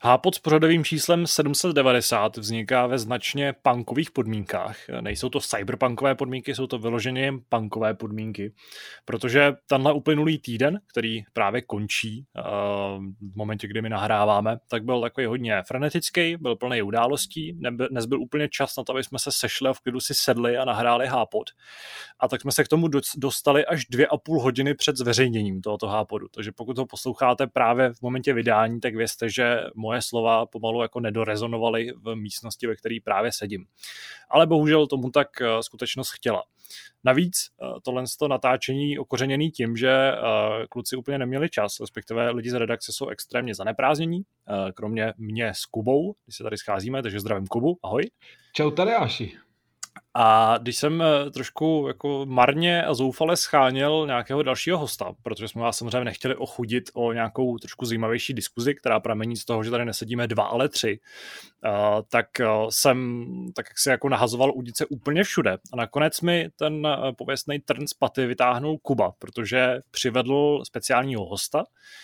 Hápod s pořadovým číslem 790 vzniká ve značně punkových podmínkách. Nejsou to cyberpunkové podmínky, jsou to vyloženě punkové podmínky, protože tenhle uplynulý týden, který právě končí v momentě, kdy my nahráváme, tak byl takový hodně frenetický, byl plný událostí, nezbyl úplně čas na to, aby jsme se sešli a v klidu si sedli a nahráli Hápod. A tak jsme se k tomu dostali až 2,5 hodiny před zveřejněním tohoto Hápodu. Takže pokud ho posloucháte právě v momentě vydání, tak vězte, že moje slova pomalu jako nedorezonovaly v místnosti, ve které právě sedím. Ale bohužel tomu tak skutečnost chtěla. Navíc tohle natáčení okořeněný tím, že kluci úplně neměli čas, respektive lidi z redakce jsou extrémně zaneprázdnění, kromě mě s Kubou, když se tady scházíme, takže zdravím Kubu, ahoj. Čau Tadeáši. A když jsem trošku jako marně a zoufale scháněl nějakého dalšího hosta, protože jsme vás samozřejmě nechtěli ochudit o nějakou trošku zajímavější diskuzi, která pramení z toho, že tady nesedíme 2, ale 3, tak jsem tak jak se jako nahazoval udice úplně všude. A nakonec mi ten pověstný trn z paty vytáhnul Kuba, protože přivedl speciálního hosta,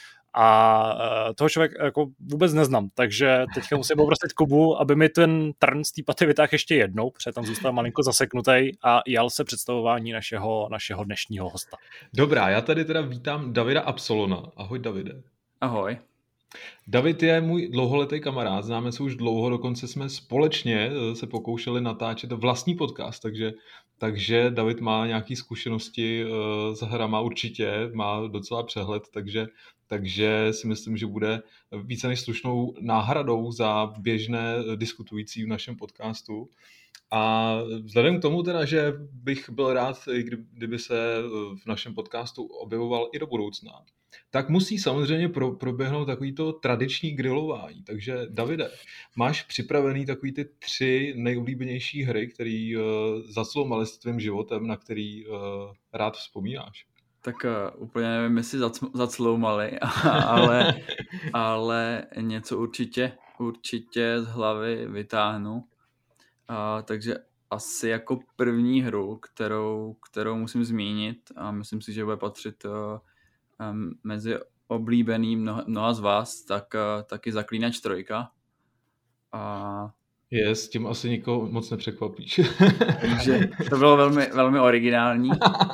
a toho člověk jako vůbec neznám, takže teďka musím poprosit Kubu, aby mi ten trn z té paty vytáhl ještě jednou, protože tam zůstal malinko zaseknutý a jal se představování našeho dnešního hosta. Dobrá, já tady teda vítám Davida Absolona. Ahoj Davide. Ahoj. David je můj dlouholetý kamarád, známe se už dlouho, dokonce jsme společně se pokoušeli natáčet vlastní podcast, takže David má nějaké zkušenosti s hrama určitě, má docela přehled, takže si myslím, že bude více než slušnou náhradou za běžné diskutující v našem podcastu. A vzhledem k tomu teda, že bych byl rád, kdyby se v našem podcastu objevoval i do budoucna, tak musí samozřejmě proběhnout takovýto tradiční grilování. Takže Davide, máš připravený takový ty 3 nejoblíbenější hry, který zacloumaly s tvým životem, na který rád vzpomínáš? Tak úplně nevím, jestli zacloumali, ale něco určitě z hlavy vytáhnu. Takže asi jako první hru, kterou musím zmínit a myslím si, že bude patřit mezi oblíbeným mnoha z vás, tak taky Zaklínač 3. S tím asi nikoho moc nepřekvapíš. Takže to bylo velmi, velmi originální.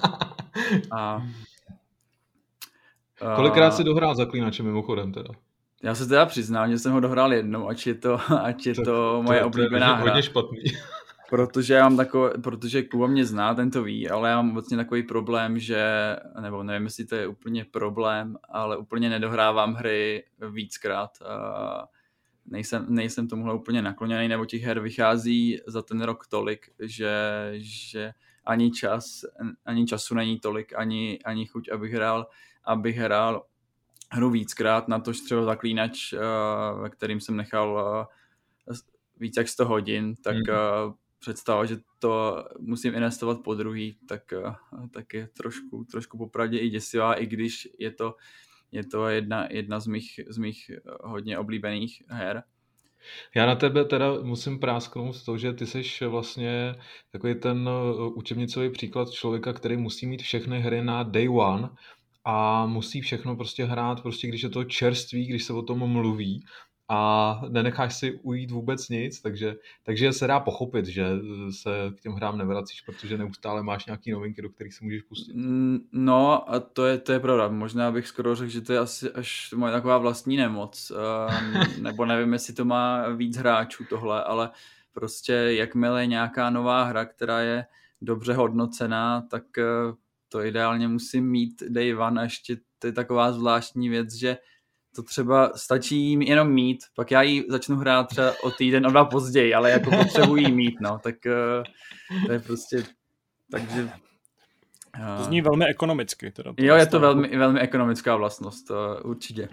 Kolikrát jsi dohrál Zaklínače mimochodem teda? Já se teda přiznám, že jsem ho dohrál jednou, ať je to moje oblíbená hra. Hodně špatný. Protože Kuba mě zná, ten to ví, ale já mám vlastně takový problém, nebo nevím, jestli to je úplně problém, ale úplně nedohrávám hry víckrát. Nejsem tomuhle úplně nakloněný, nebo těch her vychází za ten rok tolik, že ani času není tolik, ani chuť, abych hrál hru víckrát, natož třeba Zaklínač, ve kterým jsem nechal víc jak 100 hodin, tak představa, že to musím investovat po druhý, tak je trošku popravdě i děsivá, i když je to jedna z mých hodně oblíbených her. Já na tebe teda musím prásknout to, že ty seš vlastně takový ten učebnicový příklad člověka, který musí mít všechny hry na day one a musí všechno prostě hrát, prostě když je to čerství, když se o tom mluví a nenecháš si ujít vůbec nic, takže se dá pochopit, že se k těm hrám nevracíš, protože neustále máš nějaký novinky, do kterých se můžeš pustit. No a to je pravda. Možná bych skoro řekl, že to je asi až moje taková vlastní nemoc, nebo nevím, jestli to má víc hráčů tohle, ale prostě jakmile je nějaká nová hra, která je dobře hodnocená, tak to ideálně musím mít day one a ještě to je taková zvláštní věc, že to třeba stačí jenom mít, pak já ji začnu hrát třeba o týden, o 2 později, ale jako potřebuji mít, no, tak to je prostě, takže... To zní velmi ekonomicky. Teda, jo, je to velmi, velmi ekonomická vlastnost, určitě.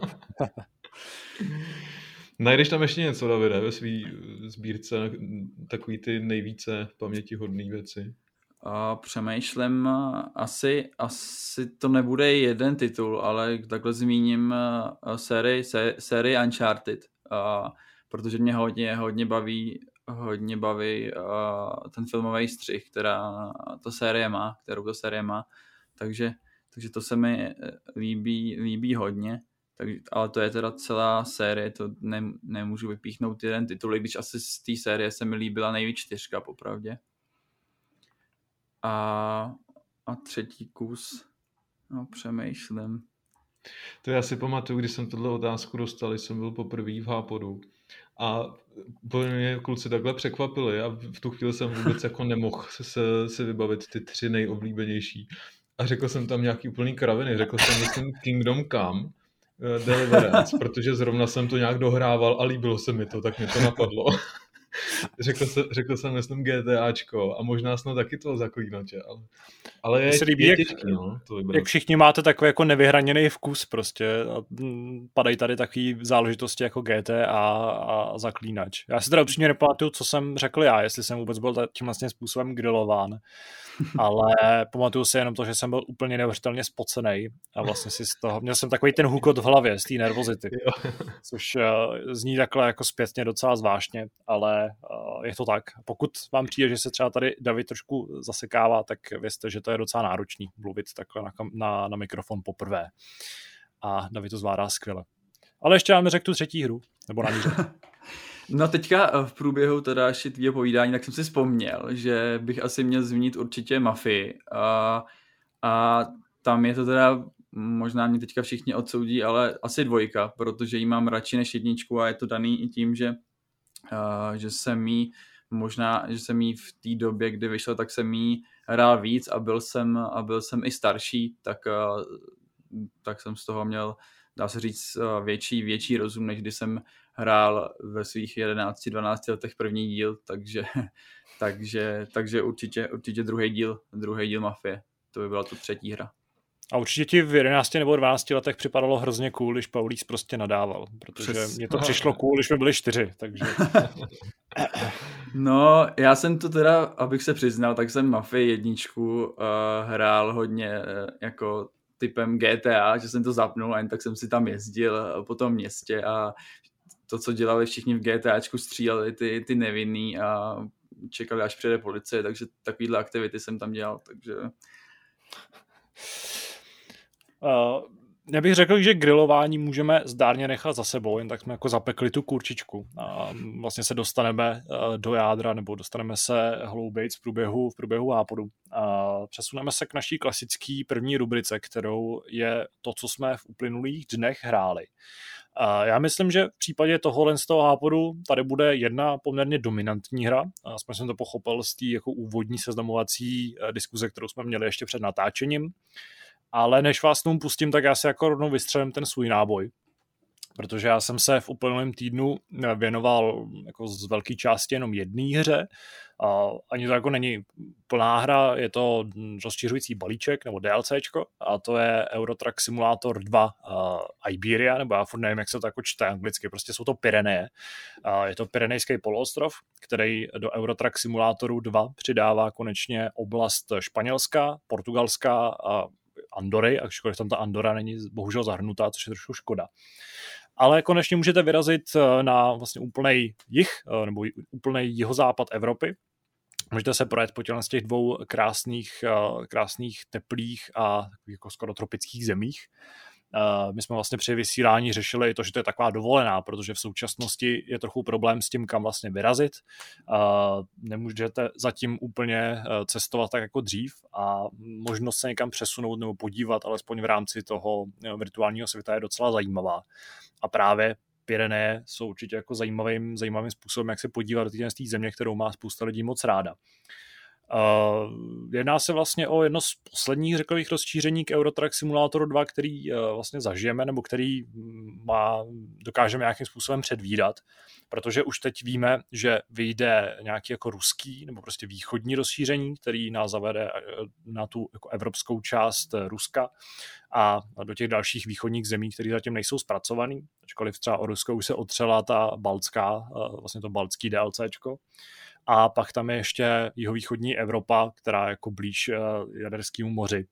Najdeš tam ještě něco, Davide, ve svý sbírce, takový ty nejvíce pamětihodné věci? Přemýšlím, asi to nebude jeden titul, ale takhle zmíním sérii Uncharted, protože mě hodně baví ten filmový střih, kterou ta série má, takže to se mi líbí hodně, ale to je teda celá série, to nemůžu vypíchnout jeden titul, když asi z té série se mi líbila nejvíc 4, popravdě. A třetí kus, no přemýšlím. To já si pamatuju, když jsem tuhle otázku dostal, jsem byl poprvé v Hápodu. A mě kluci takhle překvapili a v tu chvíli jsem vůbec jako nemohl se vybavit ty 3 nejoblíbenější. A řekl jsem tam nějaký úplný kraviny. Řekl jsem, myslím, Kingdom Come, Deliverance, protože zrovna jsem to nějak dohrával a líbilo se mi to, tak mi to napadlo. Řekl jsem, myslím, GTAčko a možná snad taky toho Zaklínače, ale je těžký, no, to vybrat. Jak všichni máte takový jako nevyhraněný vkus prostě a padají tady takové záležitosti jako GTA a Zaklínač. Já si teda upřímně nepamatuju, co jsem řekl já, jestli jsem vůbec byl tím vlastně způsobem grilován, ale pamatuju si jenom to, že jsem byl úplně neuvěřitelně spocenej a vlastně si z toho, měl jsem takový ten hukot v hlavě z té nervozity, což zní takhle jako zpětně docela zvláštně, ale je to tak. Pokud vám přijde, že se třeba tady David trošku zasekává, tak vězte, že to je docela náročný mluvit takhle na mikrofon poprvé. A David to zvládá skvěle. Ale ještě vám řekl tu 3. hru, nebo na ní. No teďka v průběhu teda ještě tvýho povídání, tak jsem si vzpomněl, že bych asi měl zmínit určitě Mafii. A tam je to teda, možná mě teďka všichni odsoudí, ale asi 2, protože ji mám radši než 1 a je to daný i tím, že jsem jí v té době, kdy vyšlo, tak jsem jí hrál víc a byl jsem i starší, tak jsem z toho měl, dá se říct, větší rozum, než když jsem hrál ve svých 11-12 letech první díl, takže určitě druhý díl Mafie. To by byla to 3. hra. A určitě ti v 11 nebo 12 letech připadalo hrozně cool, když Paulík prostě nadával, protože mně to přišlo cool, když jsme byli 4, takže... No, já jsem to teda, abych se přiznal, tak jsem Mafii 1 hrál hodně jako typem GTA, že jsem to zapnul a jen tak jsem si tam jezdil po tom městě a to, co dělali všichni v GTAčku, stříleli ty nevinný a čekali, až přijde policie, takže takovýhle aktivity jsem tam dělal, takže... Já bych řekl, že grilování můžeme zdárně nechat za sebou, jen tak jsme jako zapekli tu kurčičku a vlastně se dostaneme do jádra nebo dostaneme se hloubějc v průběhu Hápodu. A přesuneme se k naší klasický první rubrice, kterou je to, co jsme v uplynulých dnech hráli. Já myslím, že v případě tohohle z toho Hápodu tady bude jedna poměrně dominantní hra. Aspoň jsem to pochopil z té jako úvodní seznamovací diskuze, kterou jsme měli ještě před natáčením. Ale než vás tomu pustím, tak já si jako rovnou vystřelím ten svůj náboj. Protože já jsem se v uplynulém týdnu věnoval jako z velké části jenom 1 hře. Ani to jako není plná hra, je to rozšiřující balíček nebo DLCčko a to je Euro Truck Simulator 2 Iberia, nebo já furt nevím, jak se to jako čte anglicky, prostě jsou to Pyreneje. Je to Pyrenejský poloostrov, který do Euro Truck Simulatoru 2 přidává konečně oblast Španělska, Portugalska a Andory, ačkoliv tam ta Andora není bohužel zahrnutá, což je trošku škoda. Ale konečně můžete vyrazit na vlastně úplnej jih, nebo úplnej jihozápad Evropy. Můžete se projet po z těch 2 krásných teplých a jako skoro tropických zemích. My jsme vlastně při vysílání řešili to, že to je taková dovolená, protože v současnosti je trochu problém s tím, kam vlastně vyrazit. Nemůžete zatím úplně cestovat tak jako dřív a možnost se někam přesunout nebo podívat, alespoň v rámci toho virtuálního světa je docela zajímavá. A právě Pyreneje jsou určitě jako zajímavým způsobem, jak se podívat do té země, kterou má spousta lidí moc ráda. Jedná se vlastně o jedno z posledních řekových rozšíření k Euro Truck Simulatoru 2, který vlastně zažijeme, nebo který dokážeme nějakým způsobem předvídat, protože už teď víme, že vyjde nějaký jako ruský nebo prostě východní rozšíření, který nás zavede na tu jako evropskou část Ruska a do těch dalších východních zemí, které zatím nejsou zpracovaný, ačkoliv třeba o Rusko už se otřela ta baltská, vlastně to baltský DLCčko. A pak tam je ještě jihovýchodní Evropa, která je jako blíž Jaderskému moři,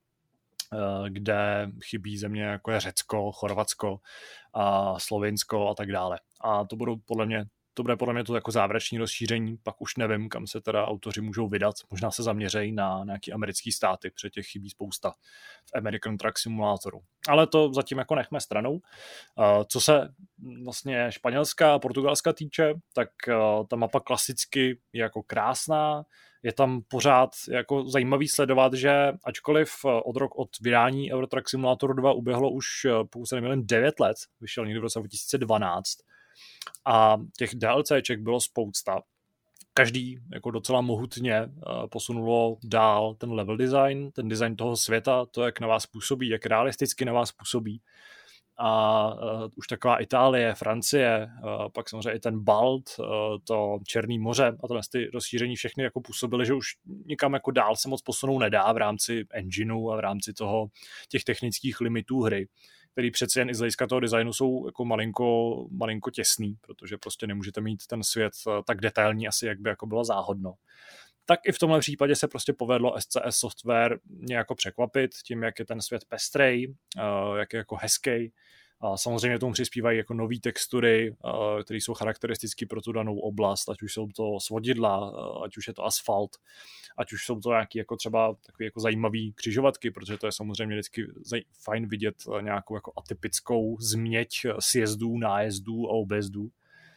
kde chybí země jako je Řecko, Chorvatsko, a Slovinsko a tak dále. A to budou podle mě to bude podle mě to jako závěrečné rozšíření, pak už nevím, kam se teda autoři můžou vydat, možná se zaměřejí na nějaký americký státy, protože těch chybí spousta v American Truck Simulatoru. Ale to zatím jako nechme stranou. Co se vlastně španělská a portugalská týče, tak ta mapa klasicky je jako krásná, je tam pořád jako zajímavý sledovat, že ačkoliv od vydání Euro Truck Simulator 2 uběhlo už pouze nemýlím 9 let, vyšel někdy v roce 2012 a těch DLCček bylo spousta. Každý jako docela mohutně posunulo dál ten level design, ten design toho světa, to, jak na vás působí, jak realisticky na vás působí. A už taková Itálie, Francie, pak samozřejmě i ten Balt, to Černé moře a tohle ty rozšíření všechny jako působily, že už nikam jako dál se moc posunout nedá v rámci engineu a v rámci těch technických limitů hry, který přece jen i z hlediska toho designu jsou jako malinko těsný, protože prostě nemůžete mít ten svět tak detailní asi, jak by jako bylo záhodno. Tak i v tomhle případě se prostě povedlo SCS Software nějak překvapit tím, jak je ten svět pestrej, jak je jako hezký. A samozřejmě tomu přispívají jako nový textury, které jsou charakteristické pro tu danou oblast, ať už jsou to svodidla, ať už je to asfalt, ať už jsou to nějaký jako třeba takový jako zajímavý křižovatky, protože to je samozřejmě vždycky fajn vidět nějakou jako atypickou změť sjezdů, nájezdů a objezdů.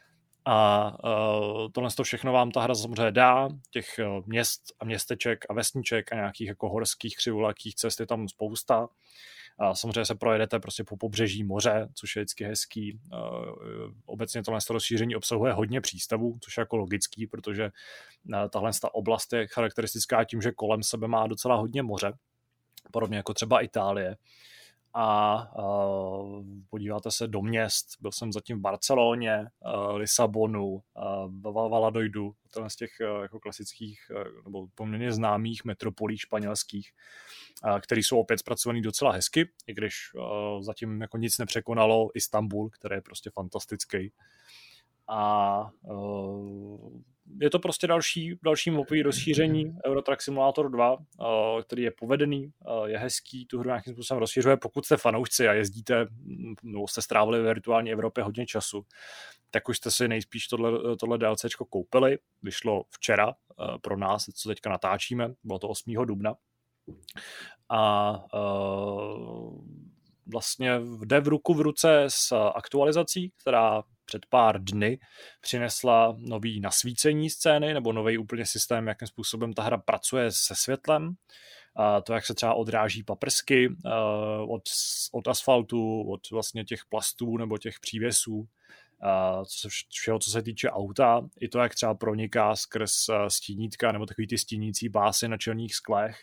A tohle všechno vám ta hra samozřejmě dá, těch měst a městeček a vesniček a nějakých jako horských křivolatých cest je tam spousta. A samozřejmě se projedete prostě po pobřeží moře, což je vždycky hezký. Obecně tohle rozšíření obsahuje hodně přístavů, což je jako logický, protože tahle oblast je charakteristická tím, že kolem sebe má docela hodně moře, podobně jako třeba Itálie. A podíváte se do měst, byl jsem zatím v Barceloně, Lisabonu, Valladolidu, z těch jako klasických nebo poměrně známých metropolí španělských, které jsou opět zpracovaný docela hezky, i když zatím jako nic nepřekonalo Istanbul, který je prostě fantastický. A je to prostě další mapový rozšíření Euro Truck Simulator 2, který je povedený, je hezký, tu hru nějakým způsobem rozšířuje. Pokud jste fanoušci a jezdíte, nebo jste strávili v virtuální Evropě hodně času, tak už jste si nejspíš tohle DLCčko koupili. Vyšlo včera pro nás, co teďka natáčíme, bylo to 8. dubna. A vlastně jde v ruku v ruce s aktualizací, která před pár dny přinesla nový nasvícení scény nebo nový úplně systém, jakým způsobem ta hra pracuje se světlem. To, jak se třeba odráží paprsky od asfaltu, od vlastně těch plastů nebo těch přívěsů, všeho, co se týče auta, i to, jak třeba proniká skrz stínítka nebo takový ty stínící pásy na čelních sklech.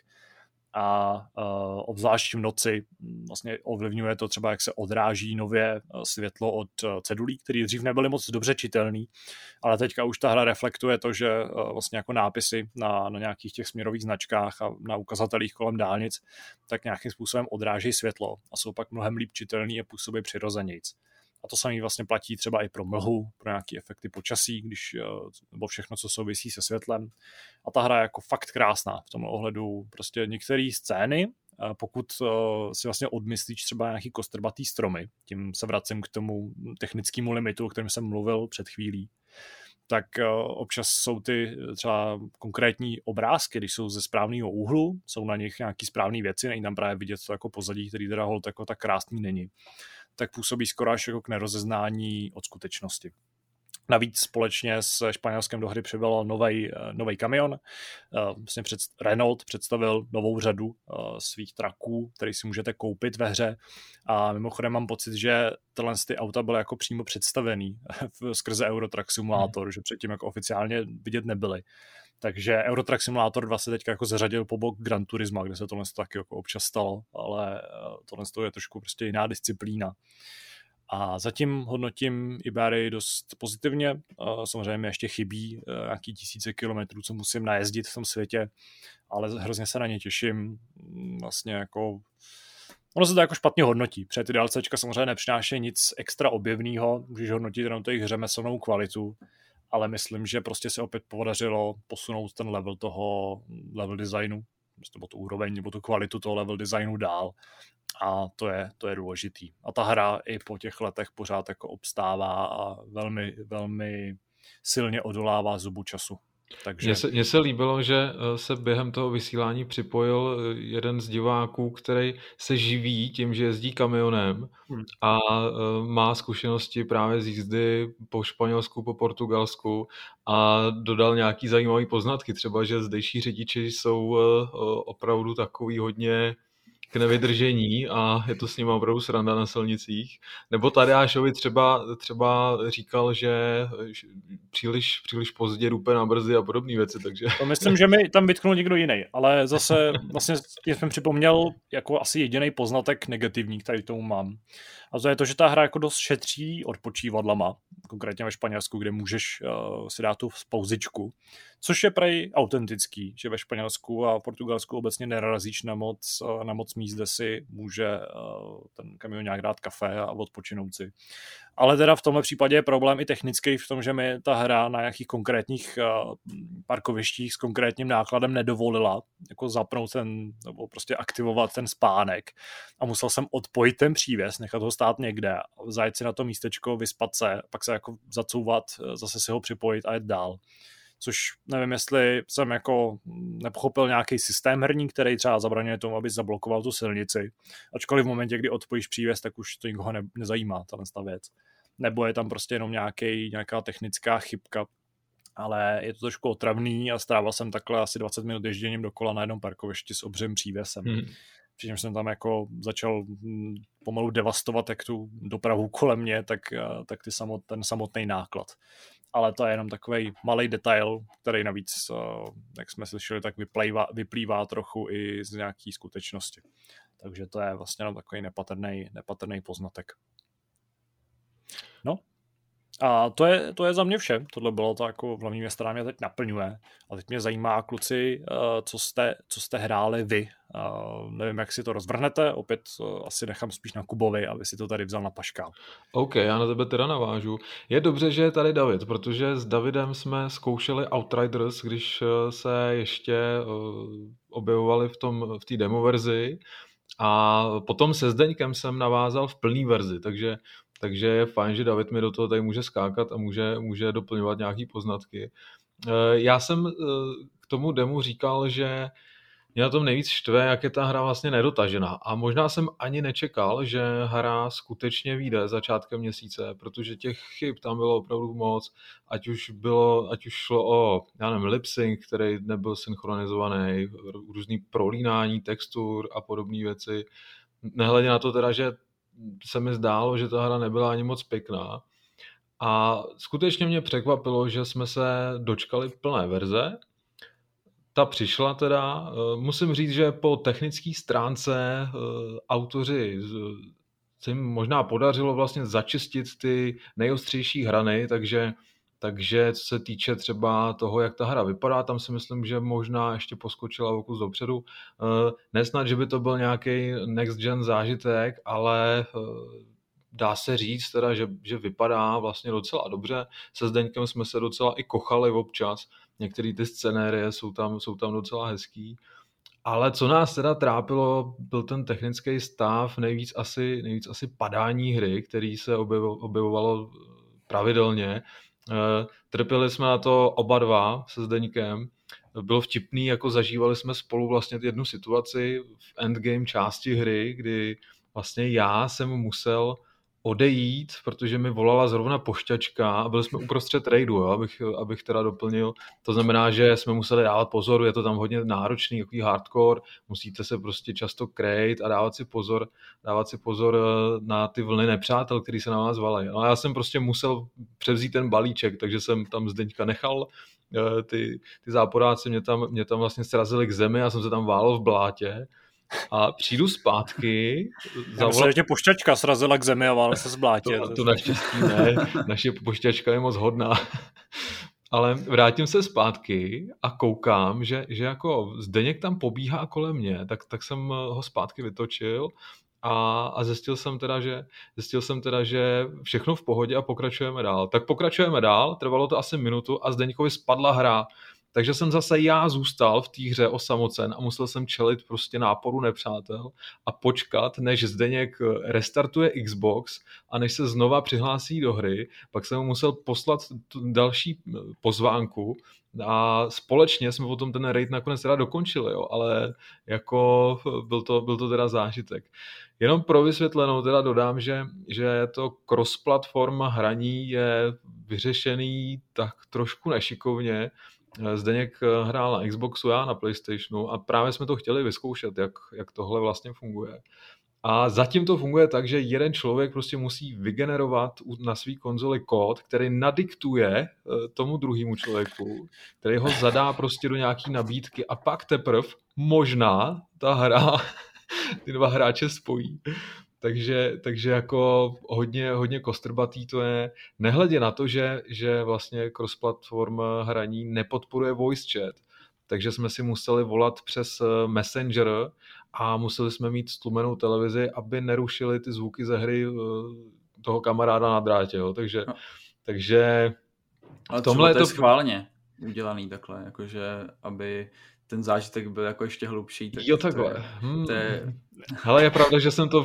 A obzvlášť v noci vlastně ovlivňuje to třeba, jak se odráží nově světlo od cedulí, které dřív nebyly moc dobře čitelný, ale teďka už ta hra reflektuje to, že vlastně jako nápisy na nějakých těch směrových značkách a na ukazatelích kolem dálnic tak nějakým způsobem odráží světlo a jsou pak mnohem líp čitelný a působí přirozenějc. A to samé vlastně platí třeba i pro mlhu, pro nějaké efekty počasí, nebo všechno, co souvisí se světlem. A ta hra je jako fakt krásná v tomhle ohledu. Prostě některé scény, pokud si vlastně odmyslíš třeba nějaký kostrbatý stromy, tím se vracím k tomu technickému limitu, o kterém jsem mluvil před chvílí, tak občas jsou ty třeba konkrétní obrázky, když jsou ze správného úhlu, jsou na nich nějaký správné věci, není tam právě vidět to jako pozadí, který teda holt jako tak krásný není, tak působí skoro až jako k nerozeznání od skutečnosti. Navíc společně s Španělskem do hry přibyl nový kamion. Vlastně Renault představil novou řadu svých traků, který si můžete koupit ve hře. A mimochodem mám pocit, že tyhle ty auta byly jako přímo představený skrze Euro Truck Simulator, že předtím jako oficiálně vidět nebyly. Takže Euro Truck Simulator 2 se teďka jako zařadil po bok Gran Turisma, kde se tohle taky jako občas stalo, ale tohle je trošku prostě jiná disciplína. A zatím hodnotím Iberii dost pozitivně. Samozřejmě ještě chybí nějaký tisíce kilometrů, co musím najezdit v tom světě, ale hrozně se na ně těším. Vlastně jako ono se to jako špatně hodnotí, protože ty DLCčka samozřejmě nepřinášejí nic extra objevného, můžeš hodnotit jenom jejich řemeslnou kvalitu, ale myslím, že prostě se opět podařilo posunout ten level designu, nebo tu úroveň, nebo tu kvalitu toho level designu dál. A to je důležitý. A ta hra i po těch letech pořád jako obstává a velmi, velmi silně odolává zubu času. Takže... Mně se líbilo, že se během toho vysílání připojil jeden z diváků, který se živí tím, že jezdí kamionem a má zkušenosti právě z jízdy po Španělsku, po Portugalsku a dodal nějaký zajímavý poznatky, třeba, že zdejší řidiči jsou opravdu takový hodně k nevydržení a je to s nimi opravdu sranda na silnicích. Nebo Tadeášovi třeba říkal, že příliš pozdě dupe na brzdy a podobné věci, takže... To myslím, že mi tam vytknul někdo jiný, ale zase vlastně jsem připomněl jako asi jediný poznatek negativní, který tomu mám. A to je to, že ta hra jako dost šetří odpočívadlama, konkrétně ve Španělsku, kde můžeš si dát tu pauzičku, což je prej autentický, že ve Španělsku a Portugalsku obecně nerazíš na moc míst, kde si může ten kamionák dát kafe a odpočinout si. Ale teda v tomhle případě je problém i technický v tom, že mi ta hra na nějakých konkrétních parkovištích s konkrétním nákladem nedovolila jako zapnout nebo prostě aktivovat ten spánek. A musel jsem odpojit ten přívěs, nechat ho stát někde, zajet si na to místečko, vyspat se, pak se jako zacouvat, zase si ho připojit a jet dál. Což nevím, jestli jsem jako nepochopil nějaký systém herní, který třeba zabraňuje tomu, aby zablokoval tu silnici. Ačkoliv v momentě, kdy odpojíš přívěs, tak už to nikoho nezajímá, ta věc. Nebo je tam prostě jenom nějaká technická chybka. Ale je to trošku otravný a strávil jsem takhle asi 20 minut ježděním dokola na jednom parkovišti s obřím přívěsem. Přičemž jsem tam jako začal pomalu devastovat jak tu dopravu kolem mě, tak ten samotný náklad. Ale to je jenom takový malý detail, který navíc, jak jsme slyšeli, tak vyplývá trochu i z nějaký skutečnosti. Takže to je vlastně jenom takový nepatrný poznatek. No, a to je za mě vše. Tohle bylo to jako v hlavní města, mě teď naplňuje. A teď mě zajímá, kluci, co jste hráli vy. Nevím, jak si to rozvrhnete. Opět asi nechám spíš na Kubovi, aby si to tady vzal na paškál. OK, já na tebe teda navážu. Je dobře, že je tady David, protože s Davidem jsme zkoušeli Outriders, když se ještě objevovali v té demo verzi. A potom se Zdeňkem jsem navázal v plný verzi, takže je fajn, že David mi do toho tady může skákat a může doplňovat nějaké poznatky. Já jsem k tomu demu říkal, že mě na tom nejvíc štve, jak je ta hra vlastně nedotažená. A možná jsem ani nečekal, že hra skutečně vyjde začátkem měsíce, protože těch chyb tam bylo opravdu moc, ať už šlo o, já nevím, lip-sync, který nebyl synchronizovaný, různý prolínání textur a podobné věci. Nehledě na to teda, že se mi zdálo, že ta hra nebyla ani moc pěkná. A skutečně mě překvapilo, že jsme se dočkali plné verze. Ta přišla teda, musím říct, že po technické stránce autoři se jim možná podařilo vlastně začistit ty nejostřejší hrany, takže co se týče třeba toho, jak ta hra vypadá, tam si myslím, že možná ještě poskočila o kus dopředu. Nesnad, že by to byl nějaký next gen zážitek, ale dá se říct teda, že vypadá vlastně docela dobře. Se Zdeňkem jsme se docela i kochali občas. Některé ty scenérie jsou tam docela hezký. Ale co nás teda trápilo, byl ten technický stav, nejvíc asi padání hry, který se objevovalo pravidelně. Trpěli jsme na to oba dva se Zdeňkem. Bylo vtipný, jako zažívali jsme spolu vlastně jednu situaci v endgame části hry, kdy vlastně já jsem musel odejít, protože mi volala zrovna pošťačka a byli jsme uprostřed raidu, jo, abych teda doplnil. To znamená, že jsme museli dávat pozor, je to tam hodně náročný, takový hardcore, musíte se prostě často krejt a dávat si pozor na ty vlny nepřátel, který se na vás valí. Ale já jsem prostě musel převzít ten balíček, takže jsem tam Zdeňka nechal, ty záporáci mě tam vlastně srazili k zemi a jsem se tam válel v blátě. A přijdu zpátky. Já myslím, že tě pošťačka srazila k zemi a válel se z blátě. To naštěstí ne, naše pošťačka je moc hodná. Ale vrátím se zpátky a koukám, že jako Zdeněk tam pobíhá kolem mě, tak jsem ho zpátky vytočil a zjistil jsem teda, že všechno v pohodě a pokračujeme dál. Tak pokračujeme dál, trvalo to asi minutu a Zdeňkovi spadla hra. takže jsem zase já zůstal v té hře osamocen a musel jsem čelit prostě náporu nepřátel a počkat, než Zdeněk restartuje Xbox a než se znova přihlásí do hry, pak jsem mu musel poslat další pozvánku a společně jsme potom ten raid nakonec teda dokončili, jo, ale jako byl to teda zážitek. Jenom pro vysvětlenou teda dodám, že to cross-platform hraní je vyřešený tak trošku nešikovně. Zdeněk hrál na Xboxu, já na PlayStationu a právě jsme to chtěli vyzkoušet, jak tohle vlastně funguje. A zatím to funguje tak, že jeden člověk prostě musí vygenerovat na svý konzoli kód, který nadiktuje tomu druhému člověku, který ho zadá prostě do nějaký nabídky a pak teprv možná ta hra ty dva hráče spojí. Takže jako hodně kostrbatý to je. Nehledě na to, že vlastně cross-platform hraní nepodporuje voice chat, takže jsme si museli volat přes Messenger a museli jsme mít stlumenou televizi, aby nerušili ty zvuky ze hry toho kamaráda na drátě. Jo. Takže ale tomhle to je schválně udělaný takhle, jakože aby ten zážitek byl jako ještě hlubší. Tak jo, takhle. Hele, je pravda, že jsem to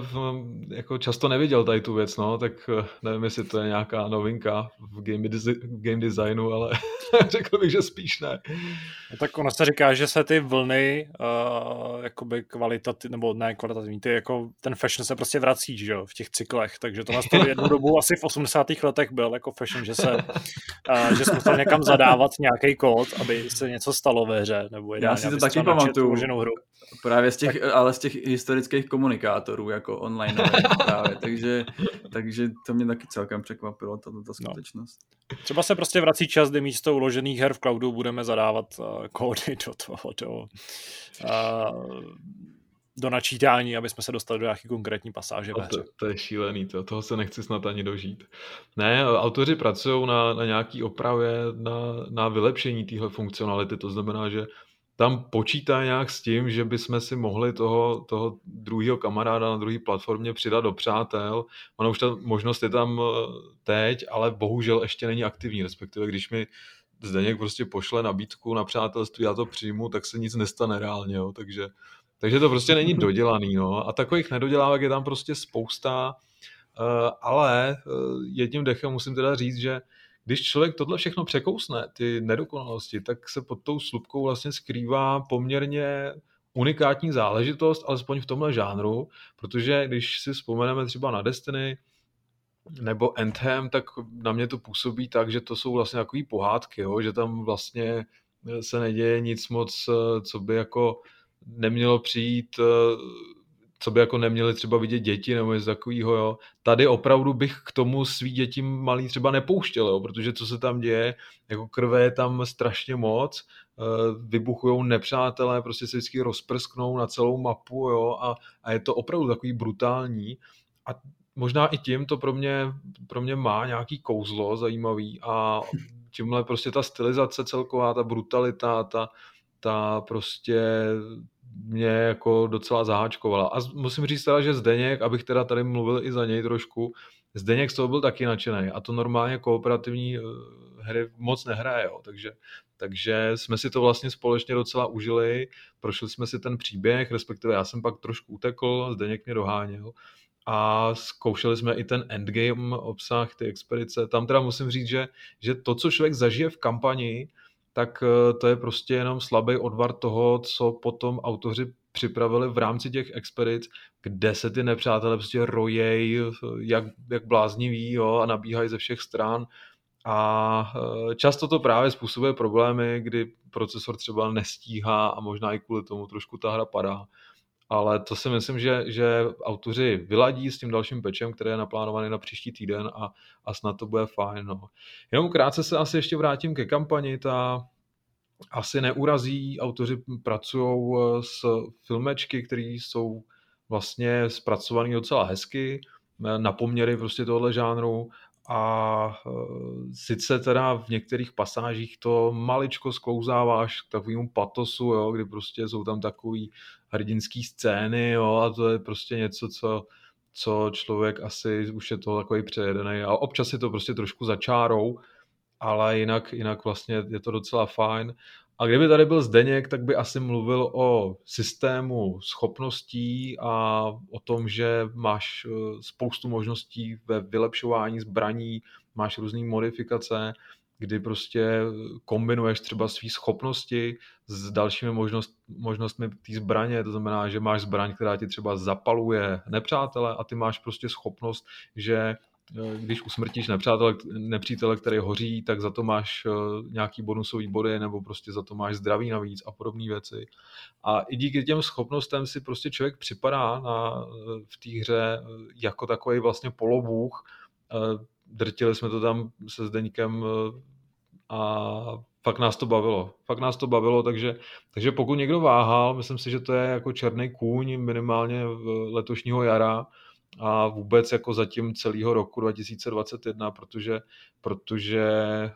jako často neviděl tady tu věc, no, tak nevím, jestli to je nějaká novinka v game designu, ale řekl bych, že spíš ne. No, tak ono se říká, že se ty vlny jakoby kvalitativní, nebo ne kvalitativní, jako ten fashion se prostě vrací, že jo, v těch cyklech, takže to nás to jednu dobu asi v 80. letech byl jako fashion, že jsme museli někam zadávat nějaký kód, aby se něco stalo ve hře, nebo já si to taky pamatuju. Právě z těch historických komunikátorů, jako online právě, takže to mě taky celkem překvapilo, ta skutečnost. No. Třeba se prostě vrací čas, kdy místo uložených her v cloudu budeme zadávat kódy do načítání, aby jsme se dostali do nějaké konkrétní pasáže ve hře. To je šílený, toho se nechci snad ani dožít. Ne, autoři pracují na nějaký opravě, na vylepšení téhle funkcionality, to znamená, že tam počítá nějak s tím, že bychom si mohli toho druhého kamaráda na druhé platformě přidat do přátel. Ono už ta možnost je tam teď, ale bohužel ještě není aktivní, respektive když mi Zdeněk prostě pošle nabídku na přátelství, já to přijmu, tak se nic nestane reálně, jo. Takže to prostě není dodělaný, no. A takových nedodělávek je tam prostě spousta, ale jedním dechem musím teda říct, že když člověk tohle všechno překousne, ty nedokonalosti, tak se pod tou slupkou vlastně skrývá poměrně unikátní záležitost, alespoň v tomhle žánru, protože když si vzpomeneme třeba na Destiny nebo Anthem, tak na mě to působí tak, že to jsou vlastně takový pohádky, jo? Že tam vlastně se neděje nic moc, co by jako nemělo přijít, co by jako neměli třeba vidět děti nebo něco takového, jo. Tady opravdu bych k tomu svý děti malý třeba nepouštěl, jo, protože co se tam děje, jako krve je tam strašně moc, vybuchujou nepřátelé, prostě se vždycky rozprsknou na celou mapu, jo, a je to opravdu takový brutální a možná i tím to pro mě má nějaký kouzlo zajímavý a tímhle prostě ta stylizace celková, ta brutalita, ta prostě mě jako docela zaháčkovala. A musím říct teda, že Zdeněk, abych teda tady mluvil i za něj trošku, Zdeněk z toho byl taky nadšený a to normálně kooperativní hry moc nehraje, jo. Takže jsme si to vlastně společně docela užili, prošli jsme si ten příběh, respektive já jsem pak trošku utekl, Zdeněk mě doháněl a zkoušeli jsme i ten endgame obsah, ty expedice. Tam teda musím říct, že to, co člověk zažije v kampani, tak to je prostě jenom slabý odvar toho, co potom autoři připravili v rámci těch expedic, kde se ty nepřátelé prostě rojej, jak blázniví, jo, a nabíhají ze všech stran. A často to právě způsobuje problémy, kdy procesor třeba nestíhá a možná i kvůli tomu trošku ta hra padá. Ale to si myslím, že autoři vyladí s tím dalším patchem, který je naplánovaný na příští týden a snad to bude fajn. No. Jenom krátce se asi ještě vrátím ke kampani. Ta asi neurazí. Autoři pracují s filmečky, které jsou vlastně zpracované docela hezky na poměry prostě tohle žánru. A sice teda v některých pasážích to maličko sklouzáváš k takovému patosu, jo, kdy prostě jsou tam takový hrdinský scény, jo, a to je prostě něco, co člověk asi už je toho takový přejedený a občas je to prostě trošku začárou, ale jinak vlastně je to docela fajn. A kdyby tady byl Zdeněk, tak by asi mluvil o systému schopností a o tom, že máš spoustu možností ve vylepšování zbraní, máš různé modifikace, kdy prostě kombinuješ třeba své schopnosti s dalšími možnostmi té zbraně, to znamená, že máš zbraň, která ti třeba zapaluje nepřátele a ty máš prostě schopnost, že když usmrtíš nepřítele, který hoří, tak za to máš nějaký bonusový body nebo prostě za to máš zdraví navíc a podobné věci. A i díky těm schopnostem si prostě člověk připadá v té hře jako takový vlastně polobůh. Drtili jsme to tam se Zdeňkem a fakt nás to bavilo, takže pokud někdo váhal, myslím si, že to je jako černý kůň minimálně letošního jara a vůbec jako zatím celého roku 2021, protože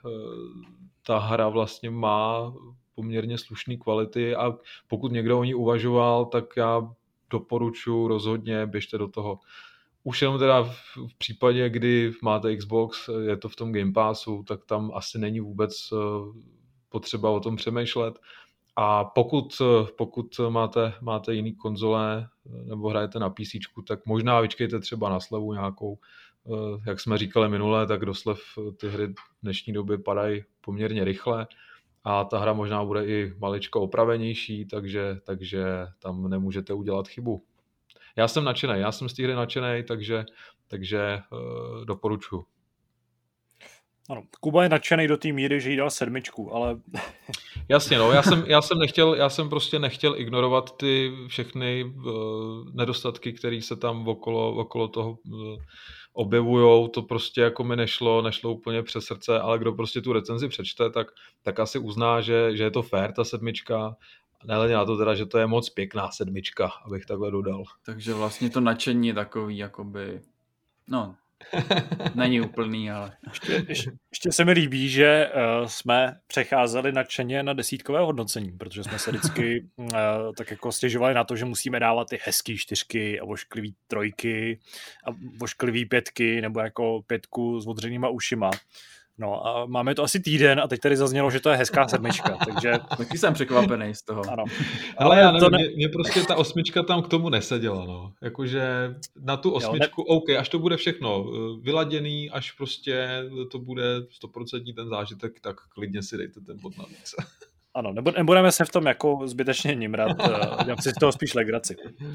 ta hra vlastně má poměrně slušný kvality a pokud někdo o ní uvažoval, tak já doporučuji rozhodně, běžte do toho. Už jenom teda v případě, kdy máte Xbox, je to v tom Game Passu, tak tam asi není vůbec potřeba o tom přemýšlet. A pokud máte jiný konzole nebo hrajete na PC, tak možná vyčkejte třeba na slevu nějakou. Jak jsme říkali minule, tak do slev ty hry v dnešní době padají poměrně rychle a ta hra možná bude i maličko opravenější, takže tam nemůžete udělat chybu. Já jsem z té hry nadšenej, takže doporučuji. Ano, Kuba je nadšený do té míry, že jí dal 7, ale... Jasně, no, já jsem prostě nechtěl ignorovat ty všechny nedostatky, které se tam okolo toho objevujou, to prostě jako mi nešlo úplně přes srdce, ale kdo prostě tu recenzi přečte, tak asi uzná, že je to fair, ta 7, nehledě na to teda, že to je moc pěkná 7, abych takhle dodal. Takže vlastně to nadšení je takový, jakoby, no, není úplný, ale... Ještě se mi líbí, že jsme přecházeli nadšeně na desítkové hodnocení, protože jsme se vždycky tak jako stěžovali na to, že musíme dávat ty hezký 4 a vošklivý 3 a vošklivý 5 nebo jako 5 s odřenýma ušima. No a máme to asi týden a teď tady zaznělo, že to je hezká 7, takže... Taky jsem překvapený z toho. Ano. Ale já nevím, mě prostě ta 8 tam k tomu neseděla, no. Jakože na tu 8, OK, až to bude všechno vyladěný, až prostě to bude 100% ten zážitek, tak klidně si dejte ten bod navíc. Ano, nebudeme se v tom jako zbytečně nimrat, já si z toho spíš legraci.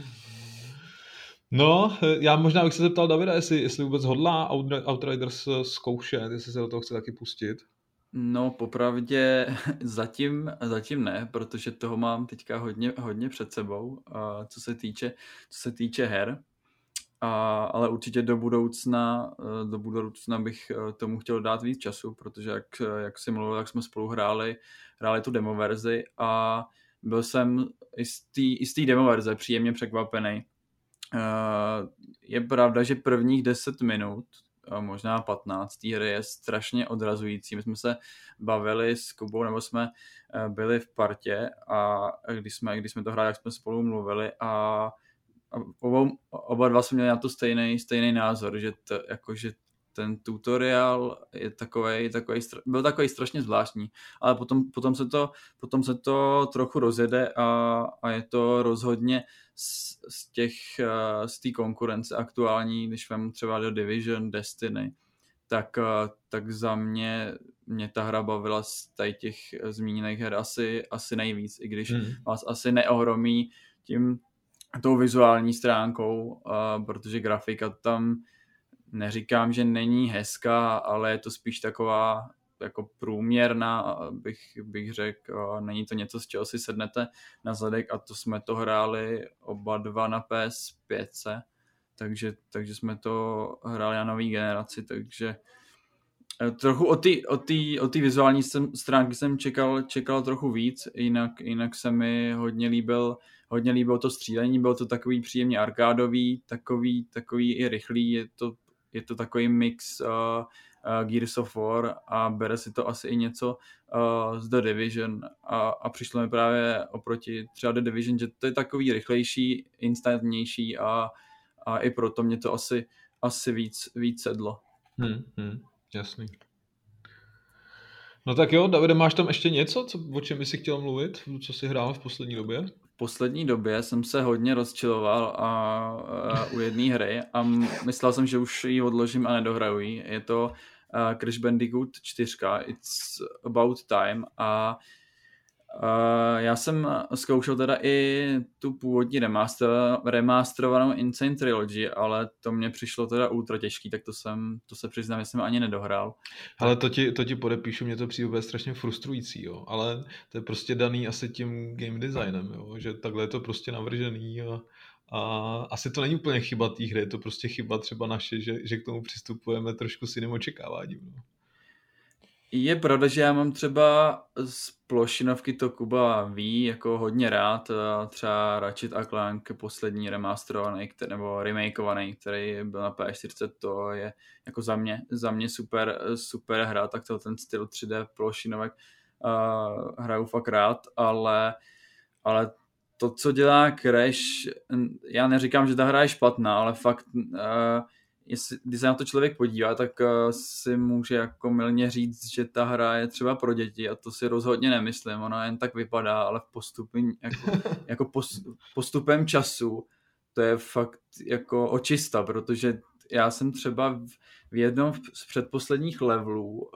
No, já možná bych se zeptal Davida, jestli vůbec hodlá Outriders zkoušet, jestli se do toho chce taky pustit. No, popravdě zatím ne, protože toho mám teďka hodně před sebou, co se týče her. Ale určitě do budoucna bych tomu chtěl dát víc času, protože jak jsi mluvil, tak jsme spolu hráli tu demo verzi a byl jsem i z té demo verze příjemně překvapený. Je pravda, že prvních 10 minut, možná 15 té hry je strašně odrazující. My jsme se bavili s Kubou, nebo jsme byli v partě a když jsme to hráli, jak jsme spolu mluvili a oba dva jsme měli na to stejný názor, že ten tutoriál je byl takový strašně zvláštní, ale potom se to trochu rozjede a je to rozhodně z té konkurence aktuální, když vemu třeba do Division, Destiny, tak za mě ta hra bavila z těch zmíněných her asi nejvíc, i když vás asi neohromí tou vizuální stránkou, protože grafika tam neříkám, že není hezká, ale je to spíš taková jako průměrná, bych řekl. Není to něco, z čeho si sednete na zadek a to jsme to hráli oba dva na PS5, takže jsme to hráli na nový generaci, takže trochu o té vizuální stránky jsem čekal trochu víc, jinak se mi hodně líbilo to střílení, bylo to takový příjemně arkádový, takový i rychlý, je to takový mix Gears of War a bere si to asi i něco z The Division a přišlo mi právě oproti třeba The Division, že to je takový rychlejší, instantnější a i proto mě to asi víc sedlo. Jasný. No tak jo, Davide, máš tam ještě něco, o čem bys si chtěl mluvit, co jsi hrál v poslední době? V poslední době jsem se hodně rozčiloval u jedné hry a myslel jsem, že už ji odložím a nedohraju ji. Je to Crash Bandicoot 4, It's About Time a já jsem zkoušel teda i tu původní remasterovanou Insane Trilogy, ale to mě přišlo teda ultra těžký, tak to se přiznám, že jsem ani nedohrál. Ale to ti podepíšu, mě to přijde strašně frustrující, jo. Ale to je prostě daný asi tím game designem, jo. Že takhle je to prostě navržený a asi to není úplně chyba té hry, je to prostě chyba třeba naše, že k tomu přistupujeme trošku s jiným očekáváním. No. Je pravda, že já mám třeba z plošinovky, to Kuba ví, jako hodně rád, třeba Ratchet & Clank poslední remasterovaný nebo remakeovaný, který byl na PS4, to je jako za mě super hra, tak ten styl 3D plošinovek hraju fakt rád, ale to, co dělá Crash, já neříkám, že ta hra je špatná, ale fakt když se na to člověk podívá, tak si může jako mylně říct, že ta hra je třeba pro děti a to si rozhodně nemyslím, ona jen tak vypadá, ale postupem času to je fakt jako očista, protože já jsem třeba v jednom z předposledních levelů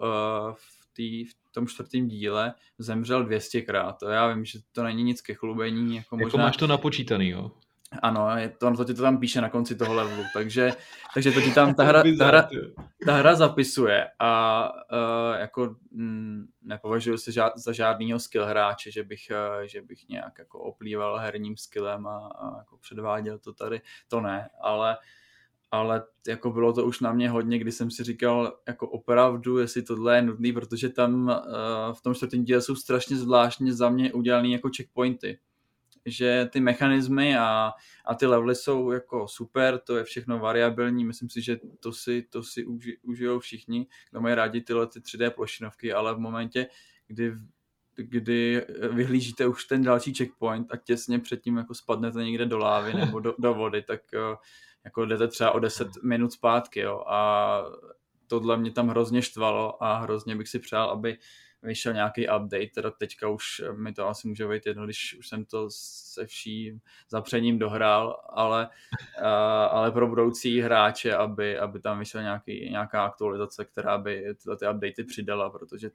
v tom 4. díle zemřel 200krát. To já vím, že to není nic ke chlubení. Jako možná... máš to napočítaný, jo? Ano, to ti to tam píše na konci toho levelu, takže to ti tam ta hra zapisuje a jako nepovažuji se za žádnýho skill hráče, že bych nějak jako oplýval herním skillem a jako předváděl to tady, to ne, ale jako bylo to už na mě hodně, kdy jsem si říkal jako opravdu, jestli tohle je nudný, protože tam v tom 4. díle jsou strašně zvláštně za mě udělaný jako checkpointy. Že ty mechanismy a ty levely jsou jako super, to je všechno variabilní, myslím si, že to si užijou všichni, kdo mají rádi tyhle ty 3D plošinovky, ale v momentě, kdy vyhlížíte už ten další checkpoint a těsně předtím jako spadnete někde do lávy nebo do vody, tak jako jdete třeba o 10 minut zpátky, jo, a tohle mě tam hrozně štvalo a hrozně bych si přál, aby vyšel nějaký update, teda teďka už mi to asi může být jedno, když už jsem to se vším zapřením dohrál, ale pro budoucí hráče, aby tam vyšla nějaká aktualizace, která by tyhle ty updaty přidala, protože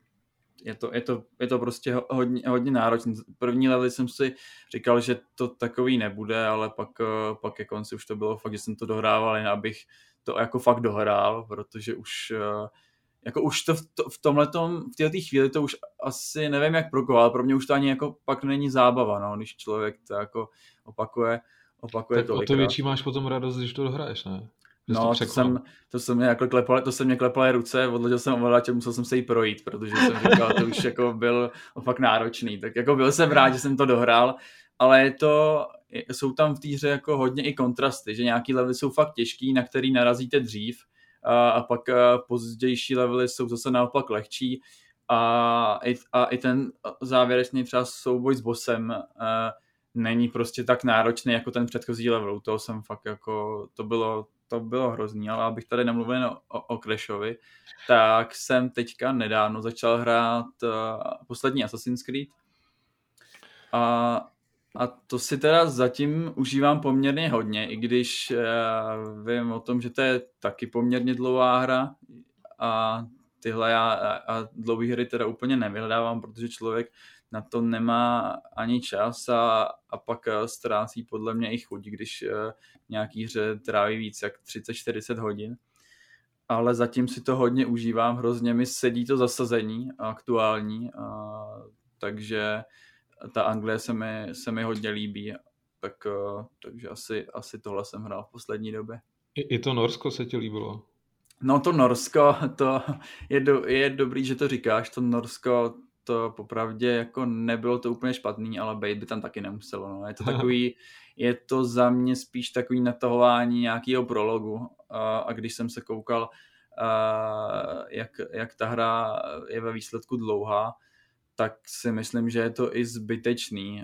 je to prostě hodně náročné. První level jsem si říkal, že to takový nebude, ale pak ke konci už to bylo fakt, že jsem to dohrával, jen abych to jako fakt dohrál, protože už to v tomhletom, v této chvíli to už asi nevím jak pro koho, ale pro mě už to ani jako pak není zábava, no, když člověk to jako opakuje tak tolikrát. O to větší máš potom radost, když to dohraješ, ne? No, to se mě klepaly ruce, odložil jsem ovladač a musel jsem se jí projít, protože jsem říkal, to už jako byl fakt náročný, tak jako byl jsem rád, že jsem to dohrál, ale jsou tam v té hře jako hodně i kontrasty, že nějaký levely jsou fakt těžký, na který narazíte dřív, a pak pozdější levely jsou zase naopak lehčí a i ten závěrečný třeba souboj s bossem není prostě tak náročný jako ten předchozí level. Toho jsem fakt jako, to bylo hrozný, ale abych tady nemluvil o Crashovi, tak jsem teďka nedávno začal hrát poslední Assassin's Creed a to si teda zatím užívám poměrně hodně, i když vím o tom, že to je taky poměrně dlouhá hra a tyhle já dlouhé hry teda úplně nevyhledávám, protože člověk na to nemá ani čas a pak ztrácí podle mě i chuť, když nějaký hře tráví víc jak 30-40 hodin. Ale zatím si to hodně užívám, hrozně mi sedí to zasazení aktuální, takže ta Anglie se mi hodně líbí, takže asi tohle jsem hrál v poslední době. I to Norsko se ti líbilo? No to Norsko, to je dobrý, že to říkáš, to Norsko, to popravdě jako nebylo to úplně špatný, ale bejt by tam taky nemuselo. No. Je to za mě spíš takový natahování nějakého prologu a když jsem se koukal, jak ta hra je ve výsledku dlouhá, tak si myslím, že je to i zbytečný,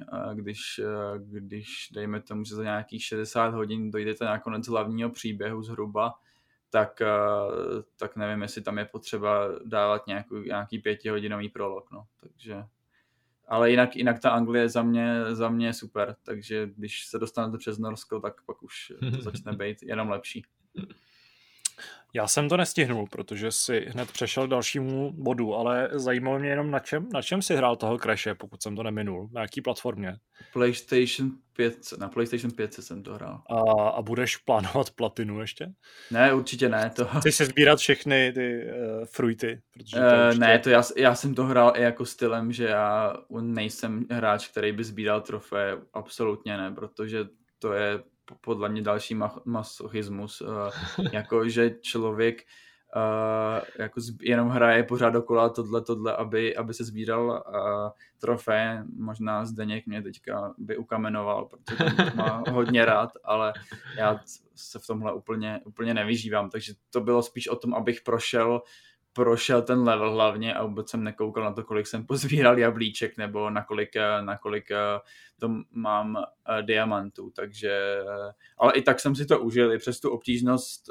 když dejme tomu, že za nějakých 60 hodin dojdete na konec hlavního příběhu zhruba, tak nevím, jestli tam je potřeba dávat nějaký 5hodinový prolog, no, takže... Ale jinak ta Anglie za mě je super, takže když se dostanete přes Norsko, tak pak už to začne být jenom lepší. Já jsem to nestihnul, protože si hned přešel k dalšímu bodu, ale zajímalo mě jenom na čem si hrál toho Crashe, pokud jsem to neminul, na jaký platformě. Na PlayStation 5 jsem to hrál. A budeš plánovat platinu ještě? Ne, určitě ne. Chceš se sbírat všechny ty fruity? Ne, já jsem to hrál i jako stylem, že já nejsem hráč, který by sbíral trofeje, absolutně ne, protože to je podle mě další masochismus, jako že člověk jako jenom hraje pořád dokola tohle, aby se sbíral trofeje. Možná Zdeněk mě teďka by ukamenoval, protože to má hodně rád, ale já se v tomhle úplně nevyžívám, takže to bylo spíš o tom, abych prošel ten level hlavně a vůbec jsem nekoukal na to, kolik jsem pozbíral jablíček nebo na kolik to mám diamantů, takže ale i tak jsem si to užil, i přes tu obtížnost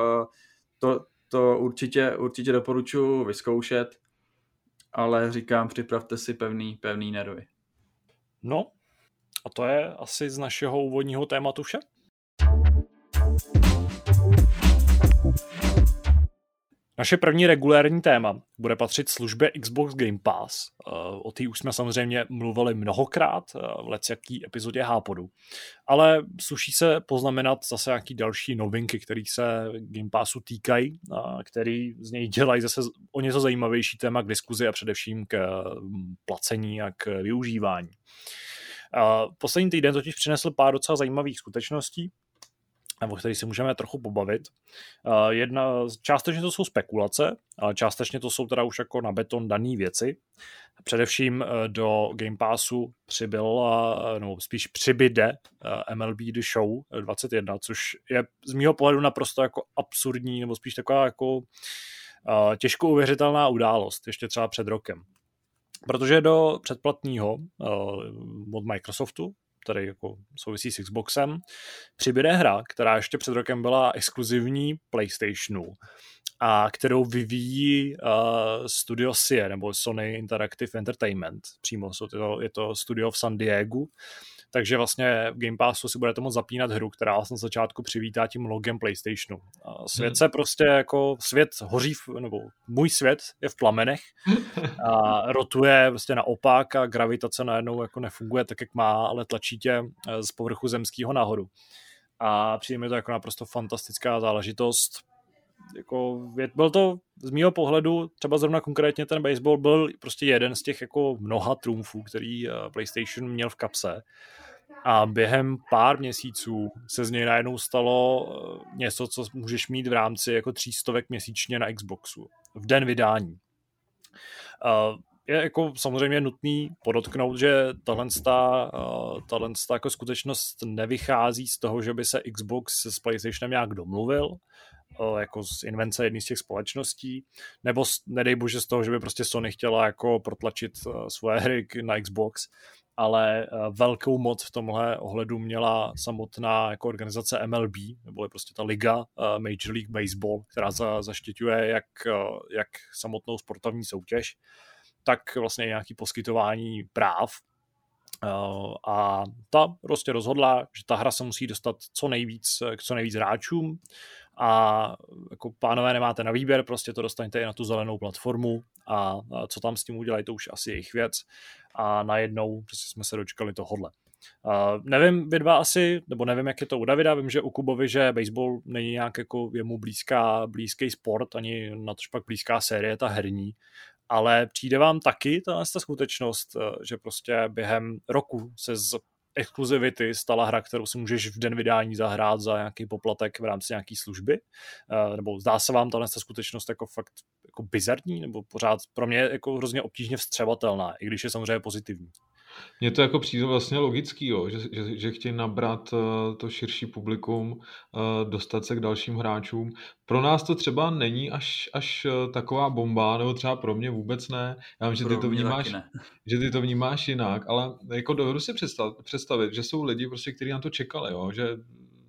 to určitě doporučuji vyzkoušet, ale říkám, připravte si pevný nervy. No, a to je asi z našeho úvodního tématu vše. Naše první regulérní téma bude patřit službě Xbox Game Pass. O té už jsme samozřejmě mluvili mnohokrát v lecjaký epizodě Hápodu. Ale sluší se poznamenat zase nějaký další novinky, které se Game Passu týkají, které z něj dělají zase o něco zajímavější téma k diskuzi a především k placení a k využívání. Poslední týden totiž přinesl pár docela zajímavých skutečností, o kterých se můžeme trochu pobavit. Částečně to jsou spekulace, ale částečně to jsou teda už jako na beton daný věci. Především do Game Passu přibyde MLB The Show 21, což je z mýho pohledu naprosto jako absurdní, nebo spíš taková jako těžko uvěřitelná událost, ještě třeba před rokem. Protože do předplatného od Microsoftu, který jako souvisí s Xboxem, přibyde hra, která ještě před rokem byla exkluzivní PlayStationu a kterou vyvíjí studio SIE, nebo Sony Interactive Entertainment. Přímo je to studio v San Diegu. Takže vlastně v Game Passu si budete moct zapínat hru, která vás na začátku přivítá tím logem PlayStationu. Svět se prostě jako, svět hoří, nebo můj svět je v plamenech a rotuje prostě naopak a gravitace najednou jako nefunguje tak, jak má, ale tlačí tě z povrchu zemského nahoru. A přijde mi to jako naprosto fantastická záležitost. Jako, byl to z mýho pohledu, třeba zrovna konkrétně ten baseball byl prostě jeden z těch jako mnoha trumfů, který PlayStation měl v kapse. A během pár měsíců se z něj najednou stalo něco, co můžeš mít v rámci jako 300 měsíčně na Xboxu v den vydání. Je jako samozřejmě nutný podotknout, že tahle jako skutečnost nevychází z toho, že by se Xbox s PlayStationem nějak domluvil, jako z invence jedné z těch společností, nebo nedej bože z toho, že by prostě Sony chtěla jako protlačit svoje hry na Xbox, ale velkou moc v tomhle ohledu měla samotná jako organizace MLB, nebo je prostě ta liga Major League Baseball, která zaštiťuje jak samotnou sportovní soutěž, tak vlastně nějaké poskytování práv. A ta prostě rozhodla, že ta hra se musí dostat k co nejvíc hráčům a jako pánové nemáte na výběr, prostě to dostanete i na tu zelenou platformu a co tam s tím udělají, to už asi jejich věc a najednou prostě jsme se dočkali tohodle. Nevím, vy dva asi, nebo nevím, jak je to u Davida, vím, že u Kubovi, že baseball není nějak jako jemu blízký sport, ani natož pak blízká série, ta herní, ale přijde vám taky ta skutečnost, že prostě během roku se z exkluzivity stala hra, kterou si můžeš v den vydání zahrát za nějaký poplatek v rámci nějaký služby? Nebo zdá se vám ta skutečnost jako fakt jako bizarní, nebo pořád pro mě jako hrozně obtížně vstřebatelná, i když je samozřejmě pozitivní? Mně to jako přijde vlastně logický, jo, že chtějí nabrat to širší publikum, dostat se k dalším hráčům. Pro nás to třeba není až taková bomba, nebo třeba pro mě vůbec ne. Já vím, že ty to vnímáš jinak, ale jako dovedu si představit, že jsou lidi, prostě, kteří na to čekali, jo, že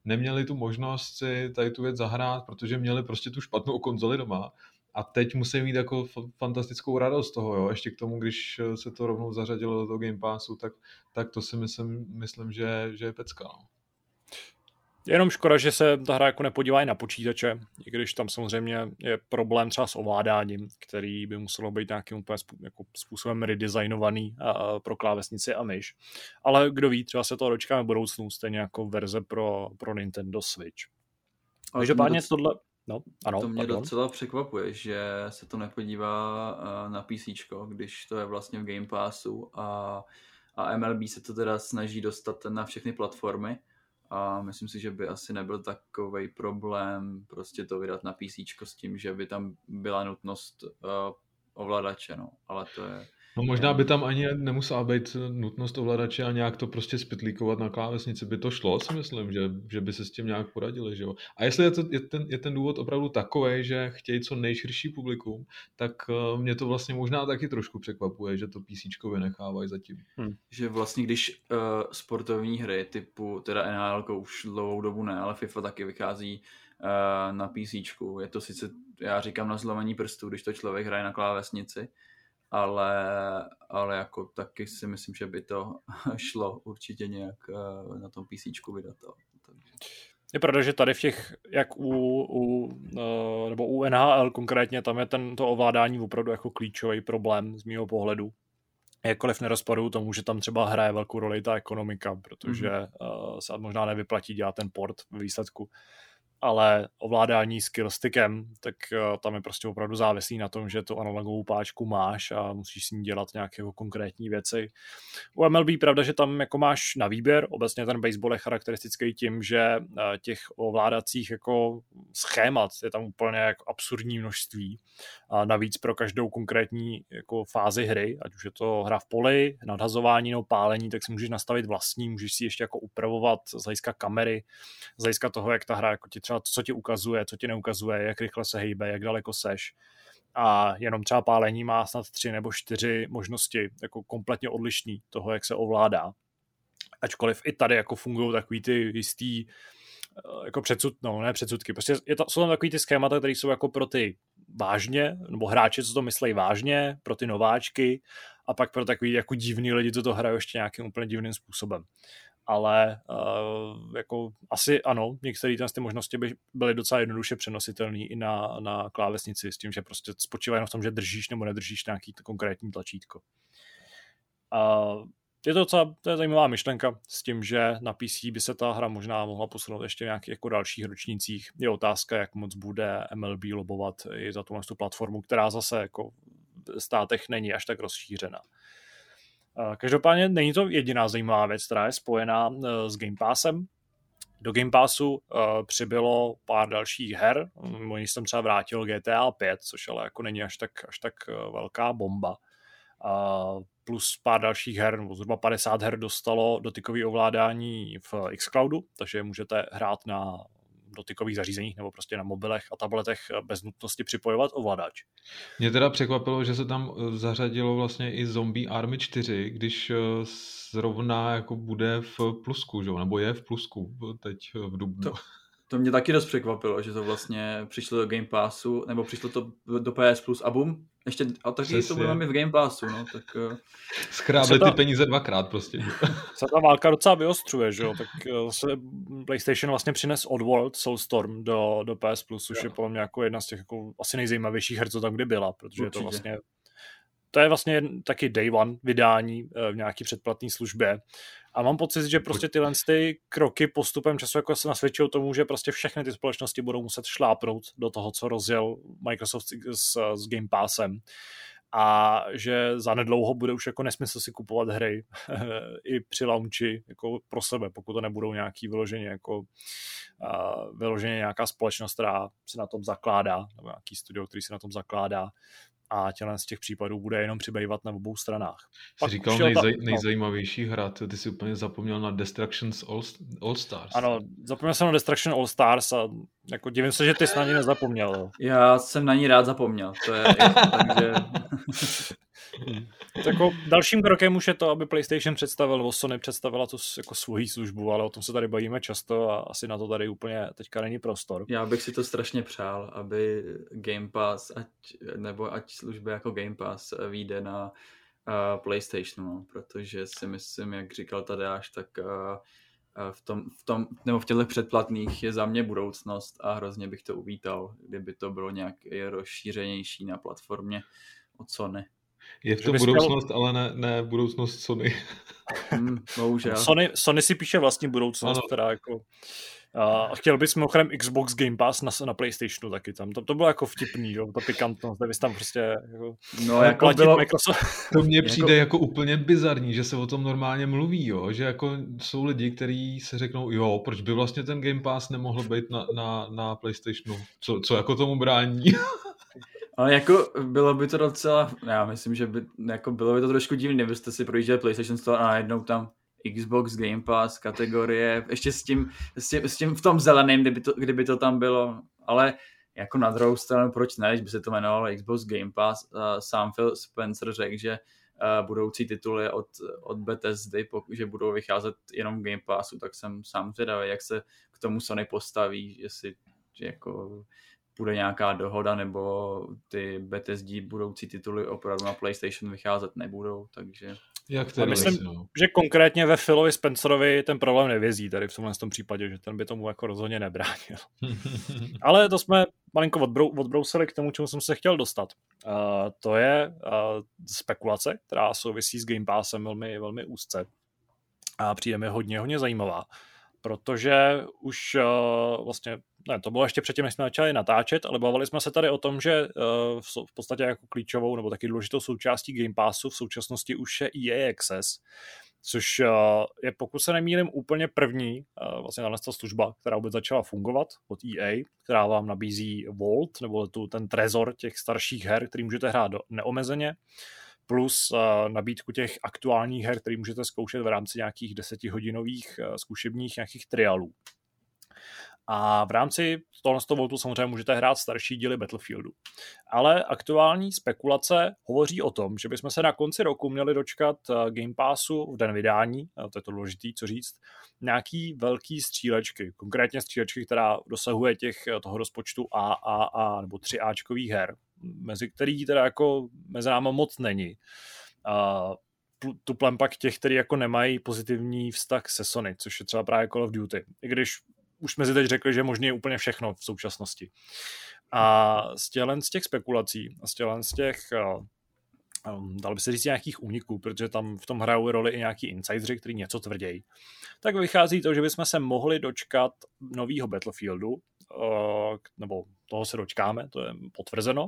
neměli tu možnost si tady tu věc zahrát, protože měli prostě tu špatnou konzoli doma. A teď musí mít jako fantastickou radost z toho, jo. Ještě k tomu, když se to rovnou zařadilo do toho Game Passu, tak to si myslím, že je pecka. No. Jenom škoda, že se ta hra jako nepodívá i na počítače, i když tam samozřejmě je problém třeba s ovládáním, který by muselo být nějakým úplně jako způsobem redesignovaný pro klávesnici a myš. Ale kdo ví, třeba se toho dočkáme v budoucnu, stejně jako verze pro Nintendo Switch. Takže pádně tohle... No, ano, to mě docela překvapuje, že se to nepodívá na PCčko, když to je vlastně v Game Passu a MLB se to teda snaží dostat na všechny platformy a myslím si, že by asi nebyl takovej problém prostě to vydat na PCčko s tím, že by tam byla nutnost ovladače, no, ale to je... No možná by tam ani nemusela být nutnost ovladače a nějak to prostě spitlíkovat na klávesnici by to šlo, si myslím, že by se s tím nějak poradili, že jo. A jestli je ten důvod opravdu takovej, že chtějí co nejširší publikum, tak mě to vlastně možná taky trošku překvapuje, že to PCčko vynechávají zatím. Že vlastně když sportovní hry typu, teda NHL už dlouhou dobu ne, ale FIFA taky vychází na PCčku, je to sice, já říkám na zlomení prstů, když to člověk hraje na klávesnici, ale jako taky si myslím, že by to šlo určitě nějak na tom PCčku vydat. Je pravda, že tady v těch, jak nebo u NHL konkrétně, tam je to ovládání opravdu jako klíčový problém z mýho pohledu. Jakkoliv nerozpaduju tomu, že tam třeba hraje velkou roli ta ekonomika, protože se možná nevyplatí dělat ten port v výsledku. Ale ovládání skillstickem, tak tam je prostě opravdu závislý na tom, že tu analogovou páčku máš a musíš s ní dělat nějaké konkrétní věci. U MLB pravda, že tam jako máš na výběr, obecně ten baseball je charakteristický tím, že těch ovládacích jako schémat je tam úplně jako absurdní množství. A navíc pro každou konkrétní jako fázi hry, ať už je to hra v poli, nadhazování nebo pálení, tak si můžeš nastavit vlastní, můžeš si ještě jako upravovat z hlediska kamery, z hlediska toho, jak ta hra jako ti třeba co ti ukazuje, co ti neukazuje, jak rychle se hejbe, jak daleko seš. A jenom třeba pálení má snad 3 nebo 4 možnosti, jako kompletně odlišný toho, jak se ovládá. Ačkoliv i tady jako fungují takový ty jistý jako předsudky. Prostě jsou tam takový ty schémata, které jsou jako pro ty vážně, nebo hráči, co to myslejí vážně, pro ty nováčky a pak pro takový jako divný lidi, co to hrajou ještě nějakým úplně divným způsobem. Ale jako asi ano, některé ty možnosti by byly docela jednoduše přenositelné i na klávesnici s tím, že prostě spočívá jenom v tom, že držíš nebo nedržíš nějaký konkrétní tlačítko. To je zajímavá myšlenka s tím, že na PC by se ta hra možná mohla posunout ještě v nějakých jako dalších ročnících. Je otázka, jak moc bude MLB lobovat i za tu platformu, která zase jako v státech není až tak rozšířená. Každopádně není to jediná zajímavá věc, která je spojená s Game Passem. Do Game Passu přibylo pár dalších her. Oni jsem třeba vrátil GTA 5, což ale jako není až tak velká bomba. Plus pár dalších her, nebo zhruba 50 her dostalo dotykové ovládání v xCloudu, takže můžete hrát na dotykových zařízeních nebo prostě na mobilech a tabletech bez nutnosti připojovat ovladač. Mě teda překvapilo, že se tam zařadilo vlastně i Zombie Army 4, když zrovna jako bude v plusku, že? Nebo je v plusku teď v dubnu. To mě taky dost překvapilo, že to vlastně přišlo do Game Passu, nebo přišlo to do PS Plus a boom. Ještě, a taky přesně. To budeme mít v Game Passu, no, tak... Schrábli ty peníze dvakrát prostě. Se ta válka docela vyostřuje, že jo, tak se PlayStation vlastně přines Oddworld Soulstorm do PS Plus, což je podle mě jako jedna z těch jako asi nejzajímavějších her, co tam kdy byla, protože určitě. To je vlastně taky day one vydání v nějaký předplatné službě. A mám pocit, že prostě tyhle ty kroky postupem času jako se nasvědčují tomu, že prostě všechny ty společnosti budou muset šlápnout do toho, co rozjel Microsoft s Game Passem. A že zanedlouho bude už jako nesmysl si kupovat hry i při launchi jako pro sebe, pokud to nebudou nějaký vyloženě nějaká společnost, která se na tom zakládá, nebo nějaký studio, který se na tom zakládá. A těhle z těch případů bude jenom přibývat na obou stranách. Jsi říkal nejzajímavější hra, ty jsi úplně zapomněl na Destruction All Stars. Ano, zapomněl jsem na Destruction All Stars a jako divím se, že ty jsi na ní nezapomněl. Já jsem na ní rád zapomněl, to je takže... Tak jako dalším krokem už je to, aby PlayStation představil, nebo Sony představila tu jako svoji službu, ale o tom se tady bavíme často a asi na to tady úplně teďka není prostor. Já bych si to strašně přál, aby Game Pass, ať služby jako Game Pass vyjde na PlayStationu, protože si myslím, jak říkal Tadeáš, tak v těchto předplatných je za mě budoucnost a hrozně bych to uvítal, kdyby to bylo nějak rozšířenější na platformě od Sony. Je v tom budoucnost, ale ne budoucnost Sony. Bohužel. Sony si píše vlastní budoucnost, která jako... chtěl bys mimochodem Xbox Game Pass na PlayStationu taky tam. To bylo jako vtipný, jo? Ta pikantnost, kde bys tam prostě jako... No, jako bylo... Microsoft. To mně přijde jako úplně bizarní, že se o tom normálně mluví, jo? Že jako jsou lidi, kteří se řeknou, jo, proč by vlastně ten Game Pass nemohl být na PlayStationu? Co jako tomu brání? Ale jako bylo by to docela, já myslím, že by, jako bylo by to trošku divné, kdybyste si projížděli PlayStation Store a najednou tam Xbox Game Pass kategorie, ještě s tím v tom zeleném, kdyby to tam bylo, ale jako na druhou stranu, proč ne, když by se to jmenovalo Xbox Game Pass, sám Phil Spencer řekl, že budoucí tituly od Bethesdy, že budou vycházet jenom v Game Passu, tak jsem sám zvědavý, jak se k tomu Sony postaví, že jako bude nějaká dohoda, nebo ty Bethesdy budoucí tituly opravdu na PlayStation vycházet nebudou, takže... Myslím, že konkrétně ve Philovi Spencerovi ten problém nevězí tady v tomhle případě, že ten by tomu jako rozhodně nebránil. Ale to jsme malinko odbrousili k tomu, čemu jsem se chtěl dostat. To je spekulace, která souvisí s Game Passem velmi, velmi úzce. A přijde mi hodně zajímavá. Protože už vlastně, ne, to bylo ještě předtím, než jsme začali natáčet, ale bavili jsme se tady o tom, že v podstatě jako klíčovou nebo taky důležitou součástí Game Passu v současnosti už je EA Access, což je, pokud se nemýlím, úplně první vlastně ta služba, která vůbec začala fungovat od EA, která vám nabízí Vault, nebo ten trezor těch starších her, který můžete hrát neomezeně, plus nabídku těch aktuálních her, který můžete zkoušet v rámci nějakých 10hodinových zkušebních nějakých trialů. A v rámci tohoto Vaultu samozřejmě můžete hrát starší díly Battlefieldu. Ale aktuální spekulace hovoří o tom, že bychom se na konci roku měli dočkat Game Passu v den vydání, to je to důležitý, co říct, nějaký velký střílečky, konkrétně střílečky, která dosahuje toho rozpočtu AAA nebo 3Ačkových her, mezi který teda jako mezi námi moc není. Tuplem pak těch, kteří jako nemají pozitivní vztah se Sony, což je třeba právě Call of Duty. I když už mezi teď řekli, že možný je úplně všechno v současnosti. A z těch spekulací a z těch dalo by se říct nějakých úniků, protože tam v tom hrajou roli i nějaký insideri, kteří něco tvrdějí. Tak vychází to, že bychom se mohli dočkat novýho Battlefieldu, nebo toho se dočkáme, to je potvrzeno,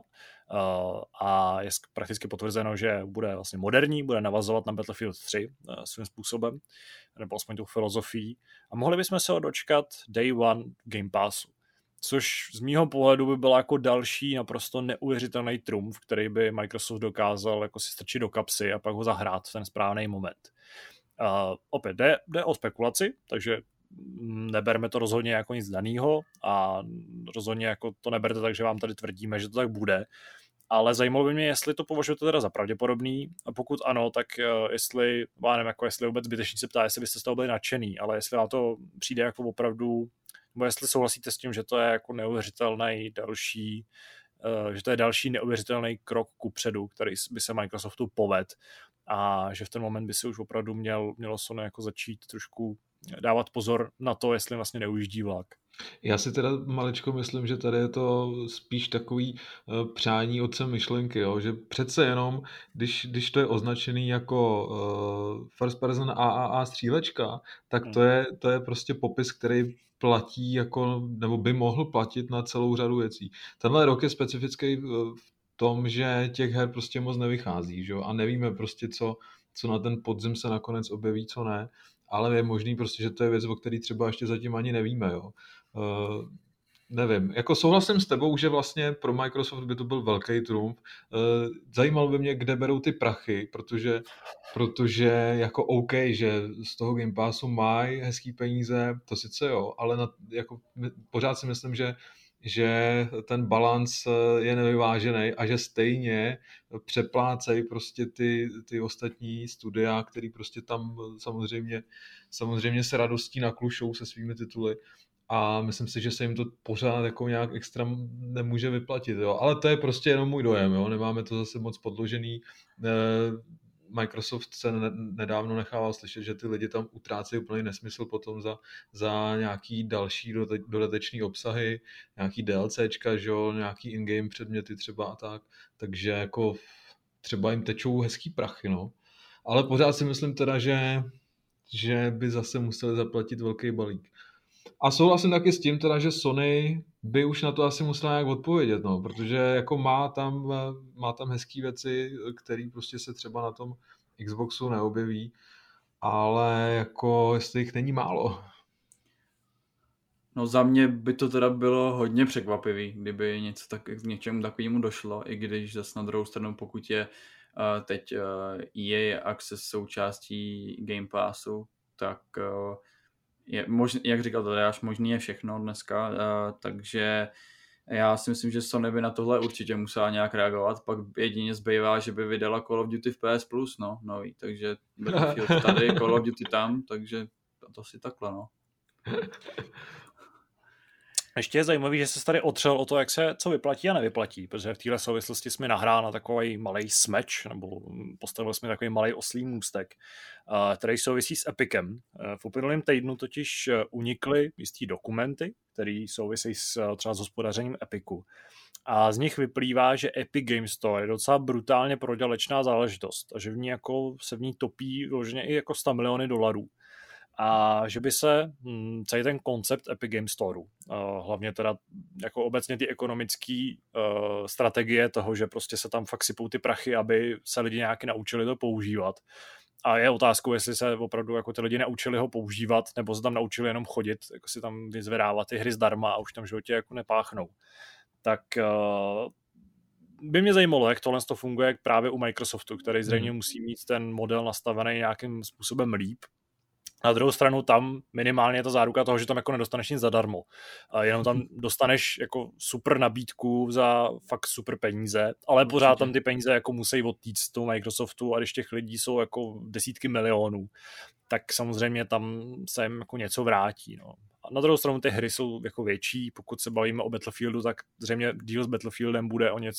a je prakticky potvrzeno, že bude vlastně moderní, bude navazovat na Battlefield 3 svým způsobem, nebo aspoň tou filozofií, a mohli bychom se ho dočkat Day One Game Passu. Což z mýho pohledu by byl jako další naprosto neuvěřitelný trumf, který by Microsoft dokázal jako si strčit do kapsy a pak ho zahrát v ten správný moment. Opět jde o spekulaci, takže neberme to rozhodně jako nic danýho a rozhodně jako to neberte tak, že vám tady tvrdíme, že to tak bude. Ale zajímalo by mě, jestli to považujete teda za pravděpodobný, a pokud ano, tak jestli vůbec zbytečný se ptá, jestli byste z toho byli nadšený, ale jestli na to přijde jako opravdu, nebo jestli souhlasíte s tím, že to je jako neuvěřitelný že to je další neuvěřitelný krok kupředu, který by se Microsoftu povedl, a že v ten moment by si už opravdu mělo Sony jako začít trošku dávat pozor na to, jestli vlastně neujíždí vlak. Já si teda maličko myslím, že tady je to spíš takový přání otcem myšlenky, jo? Že přece jenom, když to je označený jako first person AAA střílečka, tak to je prostě popis, který platí jako, nebo by mohl platit na celou řadu věcí. Tenhle rok je specifický v tom, že těch her prostě moc nevychází, že jo? A nevíme prostě, co na ten podzim se nakonec objeví, co ne. Ale je možný prostě, že to je věc, o který třeba ještě zatím ani nevíme, jo. Nevím, jako souhlasím s tebou, že vlastně pro Microsoft by to byl velký trumf. Zajímalo by mě, kde berou ty prachy, protože jako OK, že z toho Game Passu mají hezký peníze, to sice jo, ale jako pořád si myslím, že že ten balans je nevyvážený a že stejně přeplácejí prostě ty ostatní studia, který prostě tam samozřejmě se radostí naklušou se svými tituly. A myslím si, že se jim to pořád jako nějak extra nemůže vyplatit, jo. Ale to je prostě jenom můj dojem, jo. Nemáme to zase moc podložený. Microsoft se nedávno nechával slyšet, že ty lidi tam utrácejí úplný nesmysl potom za nějaký další dodatečný obsahy, nějaký DLCčka, že jo, nějaký in-game předměty třeba a tak. Takže jako třeba jim tečou hezký prachy, no. Ale pořád si myslím teda, že by zase museli zaplatit velký balík. A souhlasím taky s tím teda, že Sony by už na to asi musela nějak odpovědět, no, protože jako má tam hezký věci, které prostě se třeba na tom Xboxu neobjeví, ale jako jestli jich není málo. No za mě by to teda bylo hodně překvapivý, kdyby k něčemu takovému došlo, i když zase na druhou stranu, pokud je teď EA Access součástí Game Passu, tak je možný, jak říkal Tadeáš, možný je všechno dneska, takže já si myslím, že Sony by na tohle určitě musela nějak reagovat, pak jedině zbývá, že by vydala Call of Duty v PS Plus, no, nový, takže Battlefield tady, Call of Duty tam, takže to si takhle, no. Ještě je zajímavý, že se tady otřel o to, jak se co vyplatí a nevyplatí, protože v téhle souvislosti jsme nahrál na takový malý smeč, nebo postavili jsme takový malý oslý můstek, který souvisí s Epicem. V uplynulém týdnu totiž unikly jistý dokumenty, které souvisí třeba s hospodařením Epicu. A z nich vyplývá, že Epic Games Store je docela brutálně prodělečná záležitost a že se v ní topí vloženě i jako 100 miliony dolarů. A že by se celý ten koncept Epic Games Store, hlavně teda jako obecně ty ekonomické strategie toho, že prostě se tam fakt sypou ty prachy, aby se lidi nějaký naučili to používat. A je otázkou, jestli se opravdu jako ty lidi naučili ho používat, nebo se tam naučili jenom chodit, jako si tam vyzvedávat ty hry zdarma a už tam v životě jako nepáchnou. Tak by mě zajímalo, jak tohle funguje právě u Microsoftu, který zřejmě musí mít ten model nastavený nějakým způsobem líp. Na druhou stranu tam minimálně je ta záruka toho, že tam jako nedostaneš nic zadarmo. Jenom tam dostaneš jako super nabídku za fakt super peníze, ale pořád tam ty peníze jako musí odtít z toho Microsoftu a když těch lidí jsou jako desítky milionů, tak samozřejmě tam se jim jako něco vrátí. No. A na druhou stranu ty hry jsou jako větší, pokud se bavíme o Battlefieldu, tak zřejmě díl s Battlefieldem bude o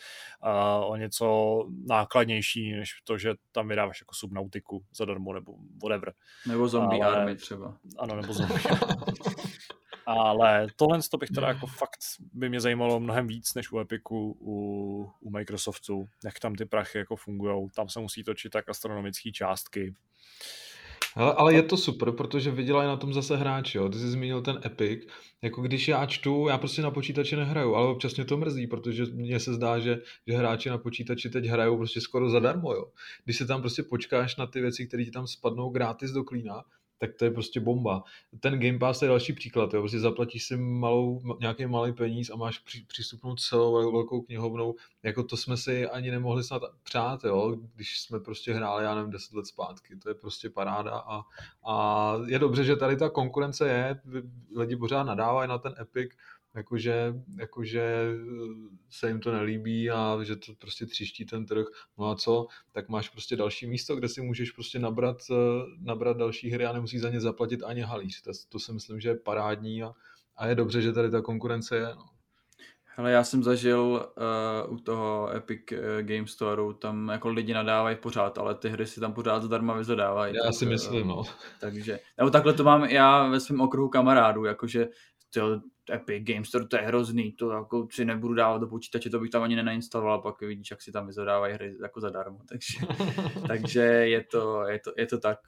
něco nákladnější, než to, že tam vydáváš jako Subnautiku zadarmo nebo whatever. Nebo Zombie Army třeba. Ano, nebo Zombie Army. Ale tohle bych teda jako fakt by mě zajímalo mnohem víc než u Epicu, u Microsoftu, jak tam ty prachy jako fungujou. Tam se musí točit tak astronomické částky. Ale je to super, protože vydělají na tom zase hráči, jo. Ty jsi zmínil ten Epic, jako když já prostě na počítači nehraju, ale občas mě to mrzí, protože mně se zdá, že hráči na počítači teď hrajou prostě skoro zadarmo, jo. Když se tam prostě počkáš na ty věci, které ti tam spadnou gratis do klína, tak to je prostě bomba. Ten Game Pass je další příklad, jo. Prostě zaplatíš si nějaký malý peníz a máš přístupnou celou velkou knihovnou. Jako to jsme si ani nemohli snad přát, jo, když jsme prostě hráli, já nevím, 10 let zpátky. To je prostě paráda a je dobře, že tady ta konkurence je, lidi pořád nadávají na ten Epic, jakože se jim to nelíbí a že to prostě tříští ten trh. No a co? Tak máš prostě další místo, kde si můžeš prostě nabrat další hry a nemusíš za ně zaplatit ani halíř. To si myslím, že je parádní a je dobře, že tady ta konkurence je. No. Hele, já jsem zažil u toho Epic Game Storeu, tam jako lidi nadávají pořád, ale ty hry si tam pořád zdarma vyzadávají. Já si myslím, no. Takže, nebo takhle to mám já ve svém okruhu kamarádů, jakože Epic Game Store, to je hrozný, to jako si nebudu dávat do počítače, to bych tam ani nenainstaloval, pak vidíš, jak si tam vyzadávají hry jako zadarmo, takže je to tak.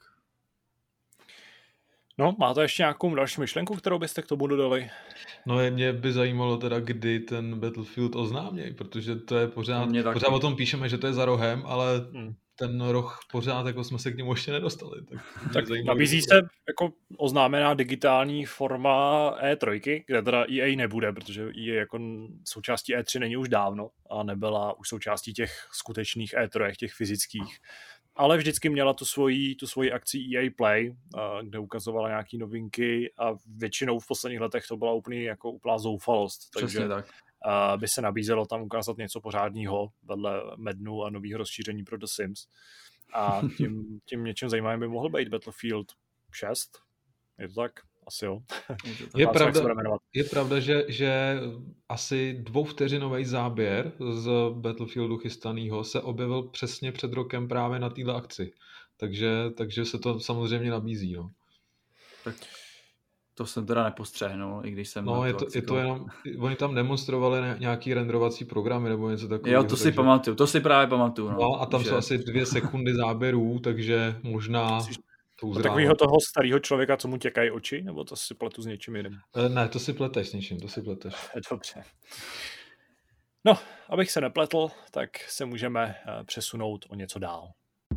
No, máte ještě nějakou další myšlenku, kterou byste k tomu dodali? No mě by zajímalo teda, kdy ten Battlefield oznámějí, protože to je pořád o tom píšeme, že to je za rohem, ale ten roh pořád, jako jsme se k němu ještě nedostali. Tak nabízí se jako oznámená digitální forma E3, kde teda EA nebude, protože EA jako součástí E3 není už dávno a nebyla už součástí těch skutečných E3, těch fyzických. ale vždycky měla tu svoji akci EA Play, kde ukazovala nějaký novinky a většinou v posledních letech to byla úplná zoufalost. Přesně tak. By se nabízelo tam ukázat něco pořádného vedle Madnu a nového rozšíření pro The Sims. A tím něčím zajímavým by mohl být Battlefield 6. Je to tak? Asi jo. Je pravda, že asi 2vteřinový záběr z Battlefieldu chystanýho se objevil přesně před rokem právě na této akci. Takže se to samozřejmě nabízí. No. Tak to jsem teda nepostřehnul, i když jsem... No, je to jenom... Oni tam demonstrovali nějaký renderovací programy nebo něco takového. Jo, to si právě pamatuju. No, a tam jsou asi 2 sekundy záběrů, takže možná... Takového toho starého člověka, co mu těkají oči? Nebo to si pletu s něčím jiným? Ne, to si pleteš s něčím, Dobře. No, abych se nepletl, tak se můžeme přesunout o něco dál.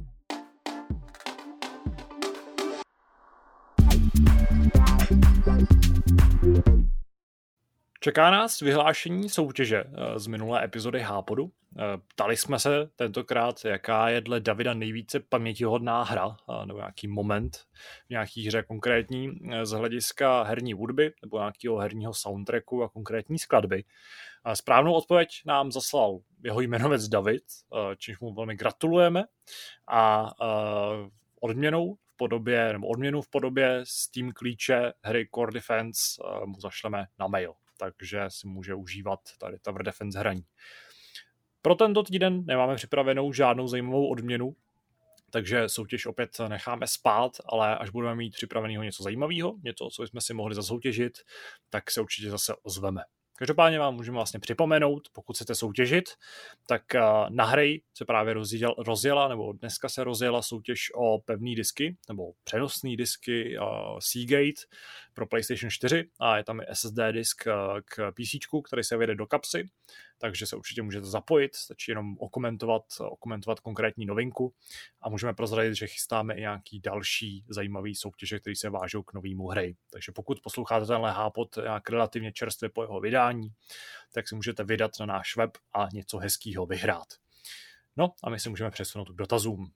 Čeká nás vyhlášení soutěže z minulé epizody Hápodu. Ptali jsme se tentokrát, jaká je dle Davida nejvíce pamětihodná hra, nebo nějaký moment v nějaký hře konkrétní z hlediska herní hudby, nebo nějakého herního soundtracku a konkrétní skladby. Správnou odpověď nám zaslal jeho jmenovec David, čímž mu velmi gratulujeme, a odměnu v podobě Steam klíče hry Core Defense mu zašleme na mail. Takže si může užívat tady Tower Defense hraní. Pro tento týden nemáme připravenou žádnou zajímavou odměnu, takže soutěž opět necháme spát, ale až budeme mít připraveného něco zajímavého, něco, co jsme si mohli zasoutěžit, tak se určitě zase ozveme. Každopádně vám můžeme vlastně připomenout, pokud chcete soutěžit, tak na hry se právě rozjela, nebo dneska se rozjela soutěž o pevný disky, nebo přenosný disky Seagate pro PlayStation 4 a je tam i SSD disk k PCčku, který se vjede do kapsy, takže se určitě můžete zapojit, stačí jenom okomentovat konkrétní novinku a můžeme prozradit, že chystáme i nějaký další zajímavý soutěže, které se vážou k novému hry. Takže pokud posloucháte tenhle Hápod nějak relativně čerstvě po jeho vydání, tak si můžete vydat na náš web a něco hezkýho vyhrát. No a my se můžeme přesunout k dotazům.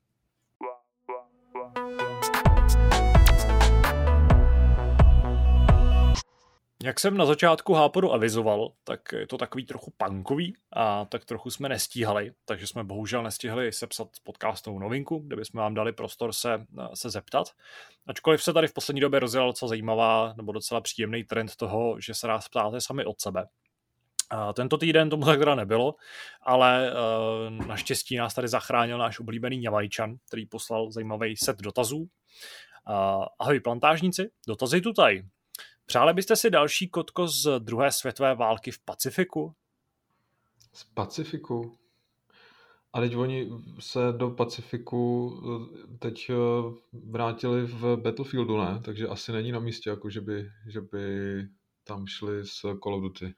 Jak jsem na začátku Hápodu avizoval, tak je to takový trochu punkový a tak trochu jsme nestíhali, takže jsme bohužel nestihli sepsat podcastovou novinku, kde bychom vám dali prostor se zeptat. Ačkoliv se tady v poslední době rozjela docela zajímavá nebo docela příjemný trend toho, že se nás ptáte sami od sebe. Tento týden tomu tak teda nebylo, ale naštěstí nás tady zachránil náš oblíbený Jamajčan, který poslal zajímavý set dotazů. Ahoj plantážníci, dotazy tutaj. Přáli byste si další kotko z druhé světové války v Pacifiku? Z Pacifiku? A teď oni se do Pacifiku teď vrátili v Battlefieldu, ne? Takže asi není na místě, jako že by tam šli s Call of Duty.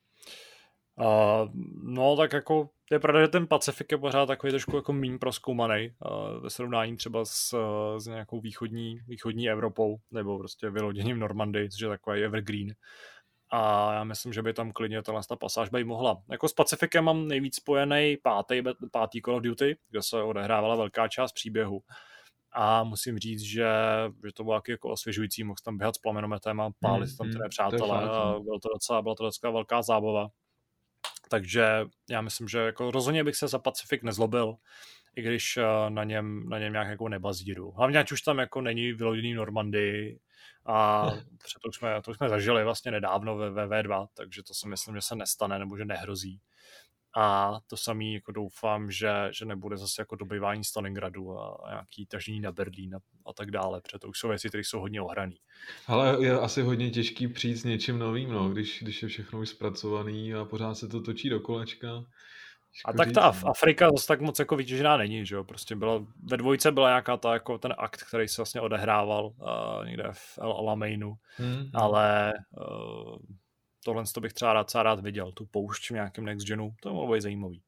No tak jako je pravda, že ten Pacifik je pořád takový trošku jako míň prozkoumanej ve srovnání třeba s nějakou východní Evropou nebo prostě vyloděním Normandii, což je takový evergreen. A já myslím, že by tam klidně ta pasáž být mohla. Jako s Pacifikem mám nejvíc spojený pátý Call of Duty, kde se odehrávala velká část příběhu. A musím říct, že to bylo jako osvěžující, mohl tam běhat s plamenometem a pálit tam ty nepřátelé. Byla to docela velká zábava. Takže já myslím, že jako rozhodně bych se za Pacifik nezlobil, i když na něm nějak jako nebazíru. Hlavně ať už tam jako není vyloděný Normandii a to jsme zažili vlastně nedávno ve V2, takže to si myslím, že se nestane nebo že nehrozí. A to samý jako doufám, že nebude zase jako dobývání Stalingradu a nějaký tažení na Berlín a tak dále, protože to už jsou věci, které jsou hodně ohraný. Ale je asi hodně těžký přijít s něčím novým, no, když je všechno už zpracovaný a pořád se to točí do kolečka. A tak ta Afrika zase tak moc jako vytěžená není, že jo, prostě ve dvojce byla nějaká jako ten akt, který se vlastně odehrával někde v El Alameinu, ale tohle to bych třeba rád viděl, tu poušť v nějakém Next Genu, to mohlo být zajímavý.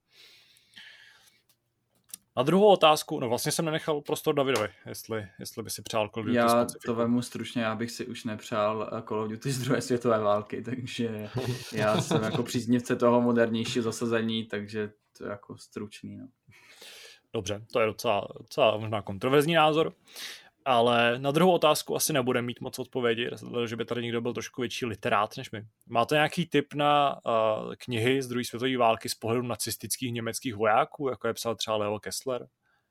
Na druhou otázku, no vlastně jsem nenechal prostor Davidovi, jestli by si přál Call of Duty. Já to vemu stručně, já bych si už nepřál Call of Duty z druhé světové války, takže já jsem jako příznivce toho modernějšího zasazení, takže to je jako stručný. No. Dobře, to je docela možná kontroverzní názor, ale na druhou otázku asi nebude mít moc odpovědi, že by tady někdo byl trošku větší literát než my. Máte nějaký tip na knihy z druhé světové války z pohledu nacistických německých vojáků, jako je psal třeba Leo Kessler?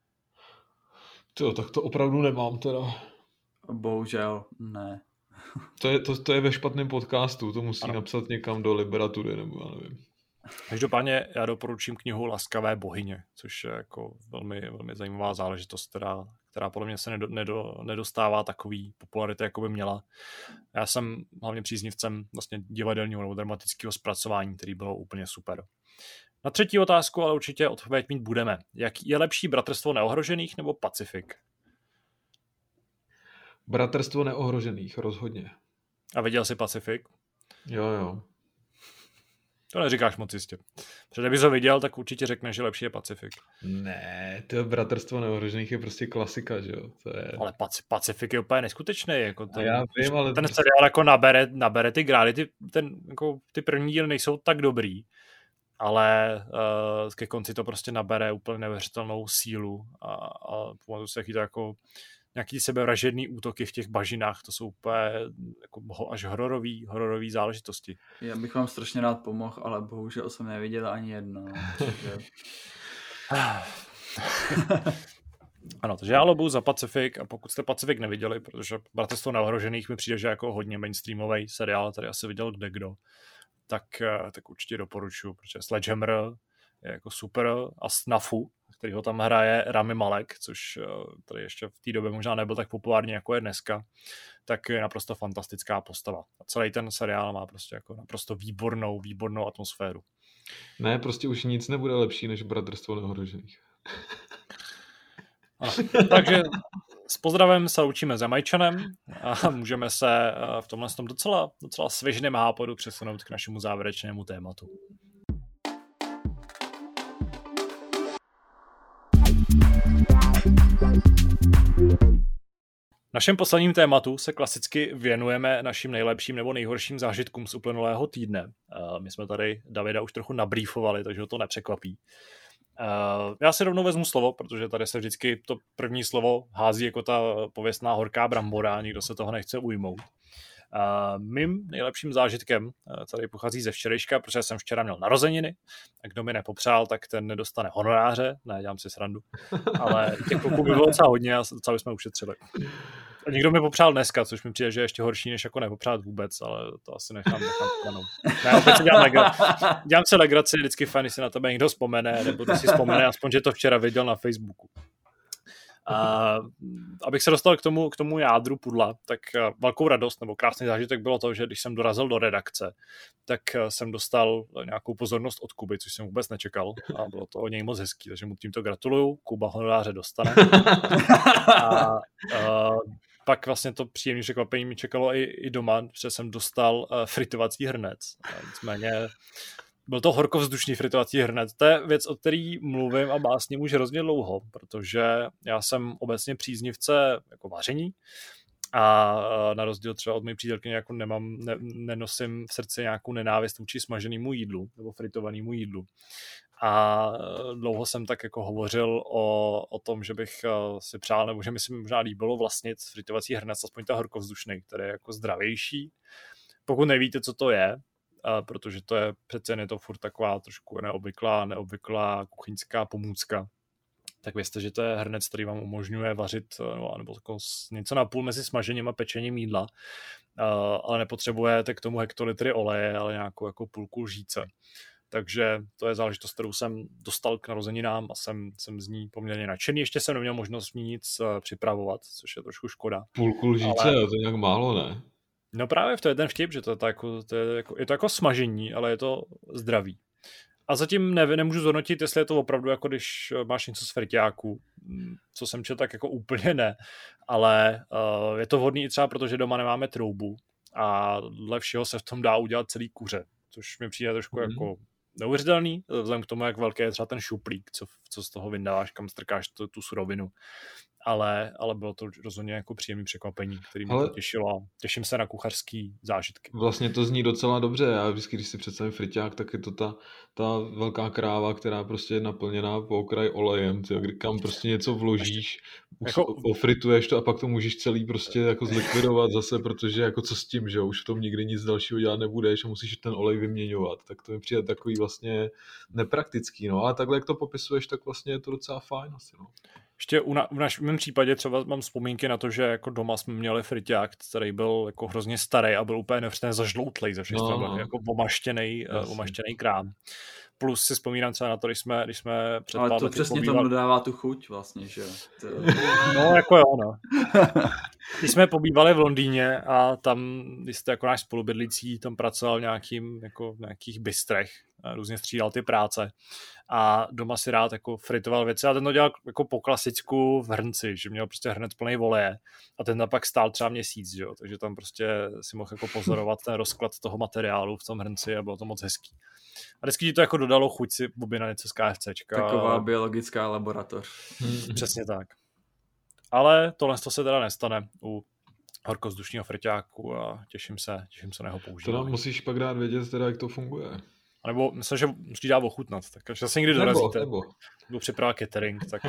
Tak to opravdu nemám teda. Bohužel ne. To je ve špatném podcastu, to musí napsat někam do Liberatury, nebo já nevím. Každopádně já doporučím knihu Laskavé bohyně, což je jako velmi, velmi zajímavá záležitost, která podle mě se nedostává takový popularity, jako by měla. Já jsem hlavně příznivcem vlastně divadelního nebo dramatického zpracování, který bylo úplně super. Na třetí otázku ale určitě odpověď mít budeme. Jak je lepší Bratrstvo neohrožených nebo Pacifik? Bratrstvo neohrožených, rozhodně. A viděl jsi Pacifik? Jo. To neříkáš moc jistě. Protože kdybys ho viděl, tak určitě řekneš, že lepší je Pacifik. Ne, to Bratrstvo neohrožených je prostě klasika, že jo? To je... Ale Pacifik je úplně neskutečný. Jako já vím, ale... Ten seriál jako nabere ty grády, ty první díly nejsou tak dobrý, ale ke konci to prostě nabere úplně neuvěřitelnou sílu a pamatuju si, jaký to jako nějaký sebevražedný útoky v těch bažinách, to jsou úplně jako až hororový záležitosti. Já bych vám strašně rád pomohl, ale bohužel jsem neviděl ani jedno. Takže... Ano, takže já lobuju za Pacifik a pokud jste Pacifik neviděli, protože Bratrstvo neohrožených mi přijde, že jako hodně mainstreamový seriál, tady asi viděl kdekdo, tak určitě doporučuji, protože Sledgehammer je jako super a Snafu, který ho tam hraje Rami Malek, což tady ještě v té době možná nebyl tak populární, jako je dneska, tak je naprosto fantastická postava. A celý ten seriál má prostě jako naprosto výbornou atmosféru. Ne, prostě už nic nebude lepší než Bratrstvo neohrožených. Takže s pozdravem se loučíme s Jamajčanem a můžeme se v tomhle docela svěžném hápodu přesunout k našemu závěrečnému tématu. V našem posledním tématu se klasicky věnujeme našim nejlepším nebo nejhorším zážitkům z uplynulého týdne. My jsme tady Davida už trochu nabrýfovali, takže ho to nepřekvapí. Já si rovnou vezmu slovo, protože tady se vždycky to první slovo hází jako ta pověstná horká brambora, nikdo se toho nechce ujmout. Mým nejlepším zážitkem tady pochází ze včerejška, protože jsem včera měl narozeniny a kdo mi nepopřál, tak ten nedostane honoráře, ne, dělám si srandu, ale těch kluků by bylo docela hodně a docela bychom ušetřili. A někdo mi popřál dneska, což mi přijde, že je ještě horší, než jako nepopřát vůbec, ale to asi nechám stranou. Ne, opět si dělám si legraci, vždycky fajn, když se na tebe někdo vzpomene, nebo když si vzpomene, aspoň, že to včera viděl na Facebooku. Abych se dostal k tomu jádru pudla, tak velkou radost nebo krásný zážitek bylo to, že když jsem dorazil do redakce, tak jsem dostal nějakou pozornost od Kuby, což jsem vůbec nečekal a bylo to od něj moc hezký, takže mu tímto gratuluju, Kuba honoráře dostane. Pak vlastně to příjemné překvapení mi čekalo i doma, protože jsem dostal fritovací hrnec. Nicméně byl to horkovzdušný fritovací hrnec. To je věc, o který mluvím a básním už hrozně dlouho, protože já jsem obecně příznivce jako vaření a na rozdíl třeba od mé přítelkyně jako nenosím v srdci nějakou nenávist vůči smaženému jídlu nebo fritovanému jídlu. A dlouho jsem tak jako hovořil o tom, že bych si přál, nebo že mi se možná líbilo vlastnit fritovací hrnec, aspoň ta horkovzdušný, který je jako zdravější. Pokud nevíte, co to je, protože to je přece je to furt taková trošku neobvyklá kuchyňská pomůcka, tak vězte, že to je hrnec, který vám umožňuje vařit nebo jako něco na půl mezi smažením a pečením jídla, ale nepotřebujete k tomu hektolitry oleje, ale nějakou jako půlku lžíce. Takže to je záležitost, kterou jsem dostal k narozeninám a jsem z ní poměrně nadšený. Ještě jsem neměl možnost ní nic připravovat, což je trošku škoda. Půlku lžíce, ale... to je nějak málo, ne? No právě to je ten vtip, že je to jako smažení, ale je to zdravý. A zatím nemůžu zhodnotit, jestli je to opravdu jako když máš něco z frťáků, co jsem četl, tak jako úplně ne, ale je to vhodný i třeba, protože doma nemáme troubu a dle všeho se v tom dá udělat celý kuře, což mi přijde trošku jako neuvěřitelný, vzhledem k tomu, jak velký je třeba ten šuplík, co z toho vyndáváš, kam strkáš tu surovinu. ale bylo to rozhodně jako příjemné překvapení, který mě potěšilo. Těším se na kuchařský zážitky. Vlastně to zní docela dobře. Já vždycky, když si představím friťák, tak je to ta velká kráva, která prostě je naplněná po okraj olejem, kam prostě něco vložíš, ofrituješ to a pak to můžeš celý prostě jako zlikvidovat zase, protože jako co s tím, že už v tom nikdy nic dalšího dělat nebudeš a musíš ten olej vyměňovat. Tak to mi přijde takový vlastně nepraktický, no. Ale takhle, jak to popisuješ, tak vlastně je to docela fajn asi, no. Ještě v mém případě třeba mám vzpomínky na to, že jako doma jsme měli friťák, který byl jako hrozně starý a byl úplně nevřeně zažloutlej ze všech stran, jako omaštěnej krám. Plus si vzpomínám třeba na to, když jsme před ale to přesně tomu dodává tu chuť vlastně, že jo. No, jako jo, no. Když jsme pobývali v Londýně a tam, když jste jako náš spolubydlící, tam pracoval v nějakých bistrech, různě střídal ty práce a doma si rád jako fritoval věci a ten to dělal jako po klasicku v hrnci, že měl prostě hrnec plný voleje a ten tam pak stál třeba měsíc, že jo, takže tam prostě si mohl jako pozorovat ten rozklad toho materiálu v tom hrnci a bylo to moc hezký. A vždycky ti to jako dodalo chuť si objednat něco z KFCčka. Taková biologická laboratoř. Přesně tak. Ale tohle se teda nestane u horkozdušního friťáku a těším se na jeho používání. To musíš pak dát vědět, teda, jak to funguje. A nebo myslím, že musíš dát ochutnat, tak až se někdy dorazíte. Budu připravovat catering, tak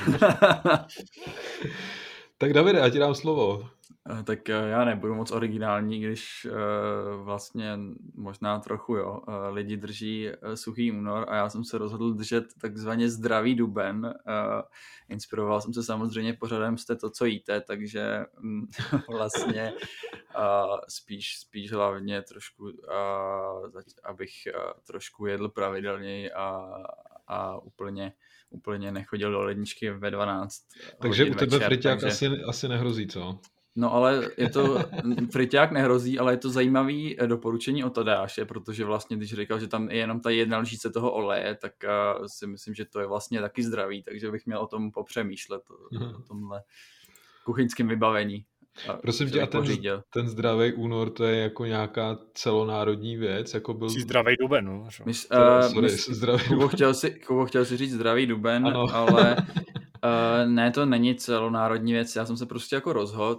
Tak Davide, já ti dám slovo. Tak já nebudu moc originální, když vlastně možná trochu, jo. Lidi drží suchý únor a já jsem se rozhodl držet takzvaně zdravý duben. Inspiroval jsem se samozřejmě pořadem Jste to, co jíte, takže vlastně spíš hlavně trošku, abych trošku jedl pravidelněji a úplně nechodil do ledničky ve 12. Takže u tebe friťák asi nehrozí, co? No ale friťák nehrozí, ale je to zajímavý doporučení od Tadeáše, protože vlastně, když říkal, že tam je jenom ta jedna lžíce toho oleje, tak si myslím, že to je vlastně taky zdravý, takže bych měl o tom popřemýšlet, o tomhle kuchyňském vybavení. Prosím tě, a ten zdravý únor, to je jako nějaká celonárodní věc? Jako byl... Zdravý duben, no. Kubo chtěl si říct zdravý duben, ano. Ale ne, to není celonárodní věc. Já jsem se prostě jako rozhodl,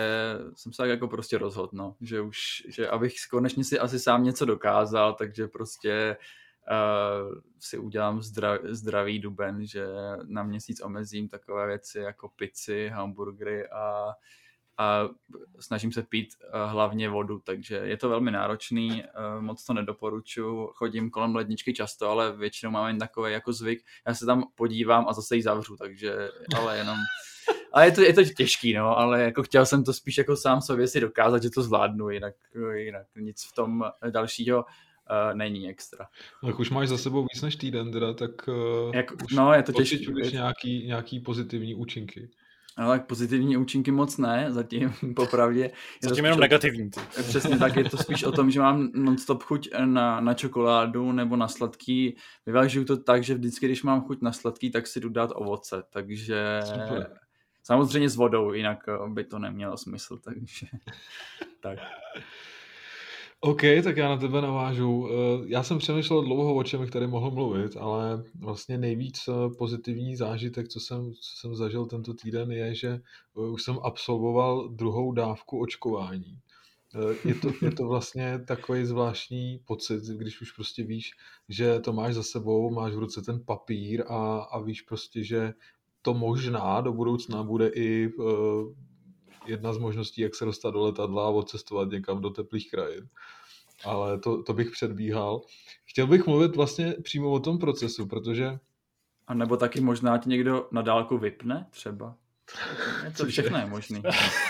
no. Že abych konečně si asi sám něco dokázal, takže prostě si udělám zdravý duben, že na měsíc omezím takové věci jako pici, hamburgery a snažím se pít hlavně vodu, takže je to velmi náročný, moc to nedoporučuji, chodím kolem ledničky často, ale většinou mám jen takový jako zvyk, já se tam podívám a zase ji zavřu, takže, ale jenom, ale je to těžký, no, ale jako chtěl jsem to spíš jako sám sobě si dokázat, že to zvládnu, jinak nic v tom dalšího není extra. Tak už máš za sebou víc než týden, teda, tak je to těžký. nějaký pozitivní účinky. Ale pozitivní účinky moc ne, zatím popravdě. Zatím jenom negativní. Přesně tak, je to spíš o tom, že mám non-stop chuť na čokoládu nebo na sladký. Vyvážuju to tak, že vždycky, když mám chuť na sladký, tak si jdu dát ovoce, takže super. Samozřejmě s vodou, jinak by to nemělo smysl, takže tak. OK, tak já na tebe navážu. Já jsem přemýšlel dlouho, o čem bych tady mohl mluvit, ale vlastně nejvíc pozitivní zážitek, co jsem zažil tento týden, je, že už jsem absolvoval 2. dávku očkování. Je to vlastně takový zvláštní pocit, když už prostě víš, že to máš za sebou, máš v ruce ten papír a víš prostě, že to možná do budoucna bude i jedna z možností, jak se dostat do letadla a odcestovat někam do teplých krajin. Ale to bych předbíhal. Chtěl bych mluvit vlastně přímo o tom procesu, protože... A nebo taky možná ti někdo na dálku vypne třeba. To všechno je možný.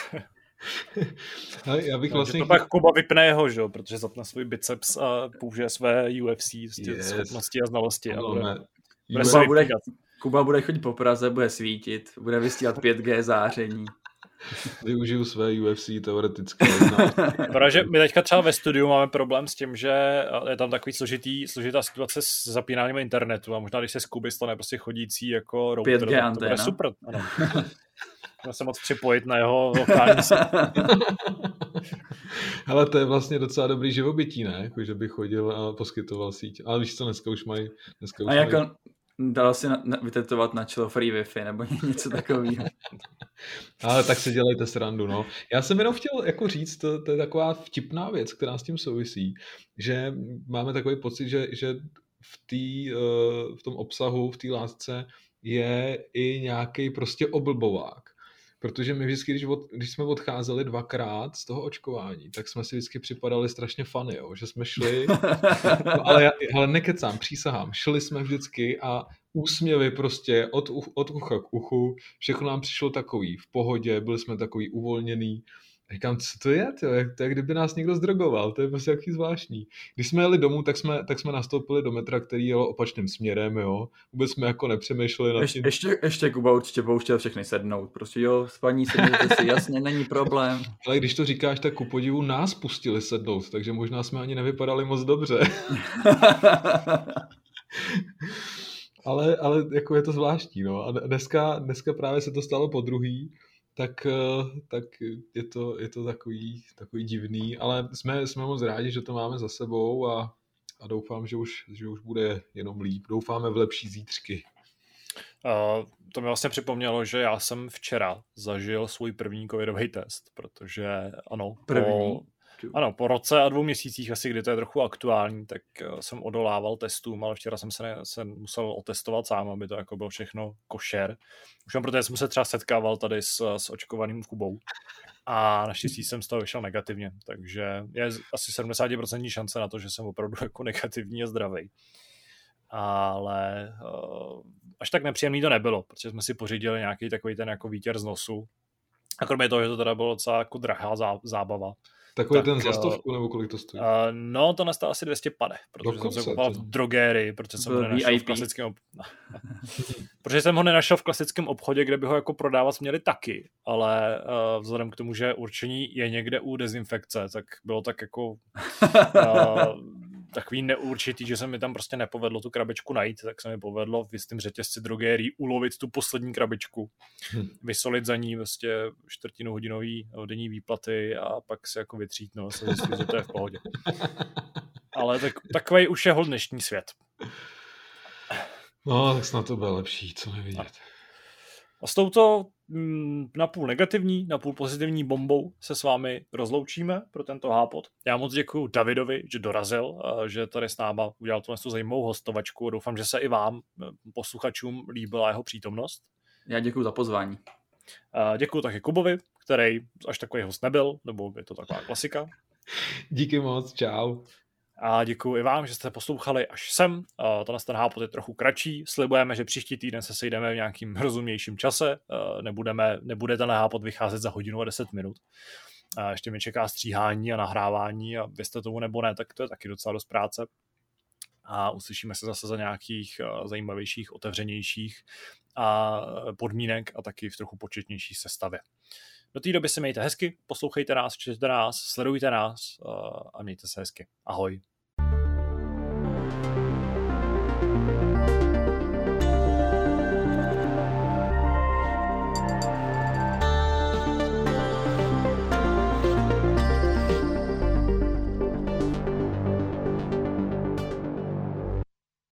Já bych vlastně... To pak Kuba vypne jeho, že? Protože zapne svůj biceps a použije své UFC schopnosti a znalosti. Kuba bude chodit po Praze, bude svítit, bude vysílat 5G záření. Využiju své UFC teoretické. Protože my teďka třeba ve studiu máme problém s tím, že je tam takový složitá situace s zapínáním internetu a možná, když se z Kuby stane prostě chodící jako router, 5G anténa. To bude super. Ano. Můžeme se moc připojit na jeho lokální síť. Ale to je vlastně docela dobrý živobytí, ne? Jako, že by chodil a poskytoval síť. Ale víš co, dneska už mají... Dalo si vytetovat na čelo free Wi-Fi nebo něco takového. Ale tak si dělejte srandu, no. Já jsem jenom chtěl jako říct, to je taková vtipná věc, která s tím souvisí, že máme takový pocit, že v tom obsahu, v té lásce je i nějaký prostě oblbovák. Protože my vždycky, když jsme odcházeli 2krát z toho očkování, tak jsme si vždycky připadali strašně funny, jo? Že jsme šli, no, ale nekecám, přísahám, šli jsme vždycky a úsměvy prostě od ucha k uchu, všechno nám přišlo takový v pohodě, byli jsme takový uvolněný. A říkám, co to je, tyjo? To je, kdyby nás někdo zdrogoval, to je prostě jaký zvláštní. Když jsme jeli domů, tak jsme nastoupili do metra, který jelo opačným směrem, jo. Vůbec jsme jako nepřemýšleli nad tím. Ještě Kuba určitě pouštěl všechny sednout, prostě jo, spaní sedněte si, jasně, není problém. Ale když to říkáš, tak ku podivu nás pustili sednout, takže možná jsme ani nevypadali moc dobře. ale jako je to zvláštní, no. A dneska právě se to stalo podruhý, tak je to takový divný, ale jsme moc rádi, že to máme za sebou a doufám, že už bude jenom líp. Doufáme v lepší zítřky. To mi vlastně připomnělo, že já jsem včera zažil svůj první covidový test, protože ano, po roce a 2 měsících asi, kdy to je trochu aktuální, tak jsem odolával testům, ale včera jsem se musel otestovat sám, aby to jako bylo všechno košer. Už jenom protože jsem se třeba setkával tady s očkovaným Kubou a naštěstí jsem z toho vyšel negativně, takže je asi 70% šance na to, že jsem opravdu jako negativní a zdravý. Ale až tak nepříjemný to nebylo, protože jsme si pořídili nějaký takový ten jako výtěr z nosu. A kromě toho, že to teda bylo docela jako drahá zábava. Takový ten za 100 nebo kolik to stojí? No, to nestalo asi 200 pade, protože jsem se kupoval v drogérii, protože jsem ho nenašel v klasickém protože jsem ho nenašel v klasickém obchodě, kde by ho jako prodávat měli taky, ale vzhledem k tomu, že určení je někde u dezinfekce, tak bylo tak jako takový neurčitý, že se mi tam prostě nepovedlo tu krabičku najít, tak se mi povedlo v jistém řetězci drogérií ulovit tu poslední krabičku, vysolit za ní vlastně 4hodinový denní výplaty a pak si jako vytřít, no, se zjistit, že to je v pohodě. Ale takovej už je hol dnešní svět. No, tak snad to bude lepší, co nevidět. A s touto napůl negativní, napůl pozitivní bombou se s vámi rozloučíme pro tento hápot. Já moc děkuju Davidovi, že dorazil, že tady s náma udělal tu zajímavou hostovačku. Doufám, že se i vám, posluchačům, líbila jeho přítomnost. Já děkuju za pozvání. Děkuju taky Kubovi, který až takový host nebyl, nebo je to taková klasika. Díky moc, čau. A děkuji i vám, že jste poslouchali až sem. Ten hápot je trochu kratší. Slibujeme, že příští týden se sejdeme v nějakým rozumnějším čase. Nebude ten hápot vycházet za 1 hodinu a 10 minut. Ještě mi čeká stříhání a nahrávání a věřte tomu nebo ne, tak to je taky docela dost práce. A uslyšíme se zase za nějakých zajímavějších, otevřenějších podmínek a taky v trochu početnější sestavě. Do té doby se mějte hezky, poslouchejte nás, čtěte nás, sledujte nás a mějte se hezky. Ahoj.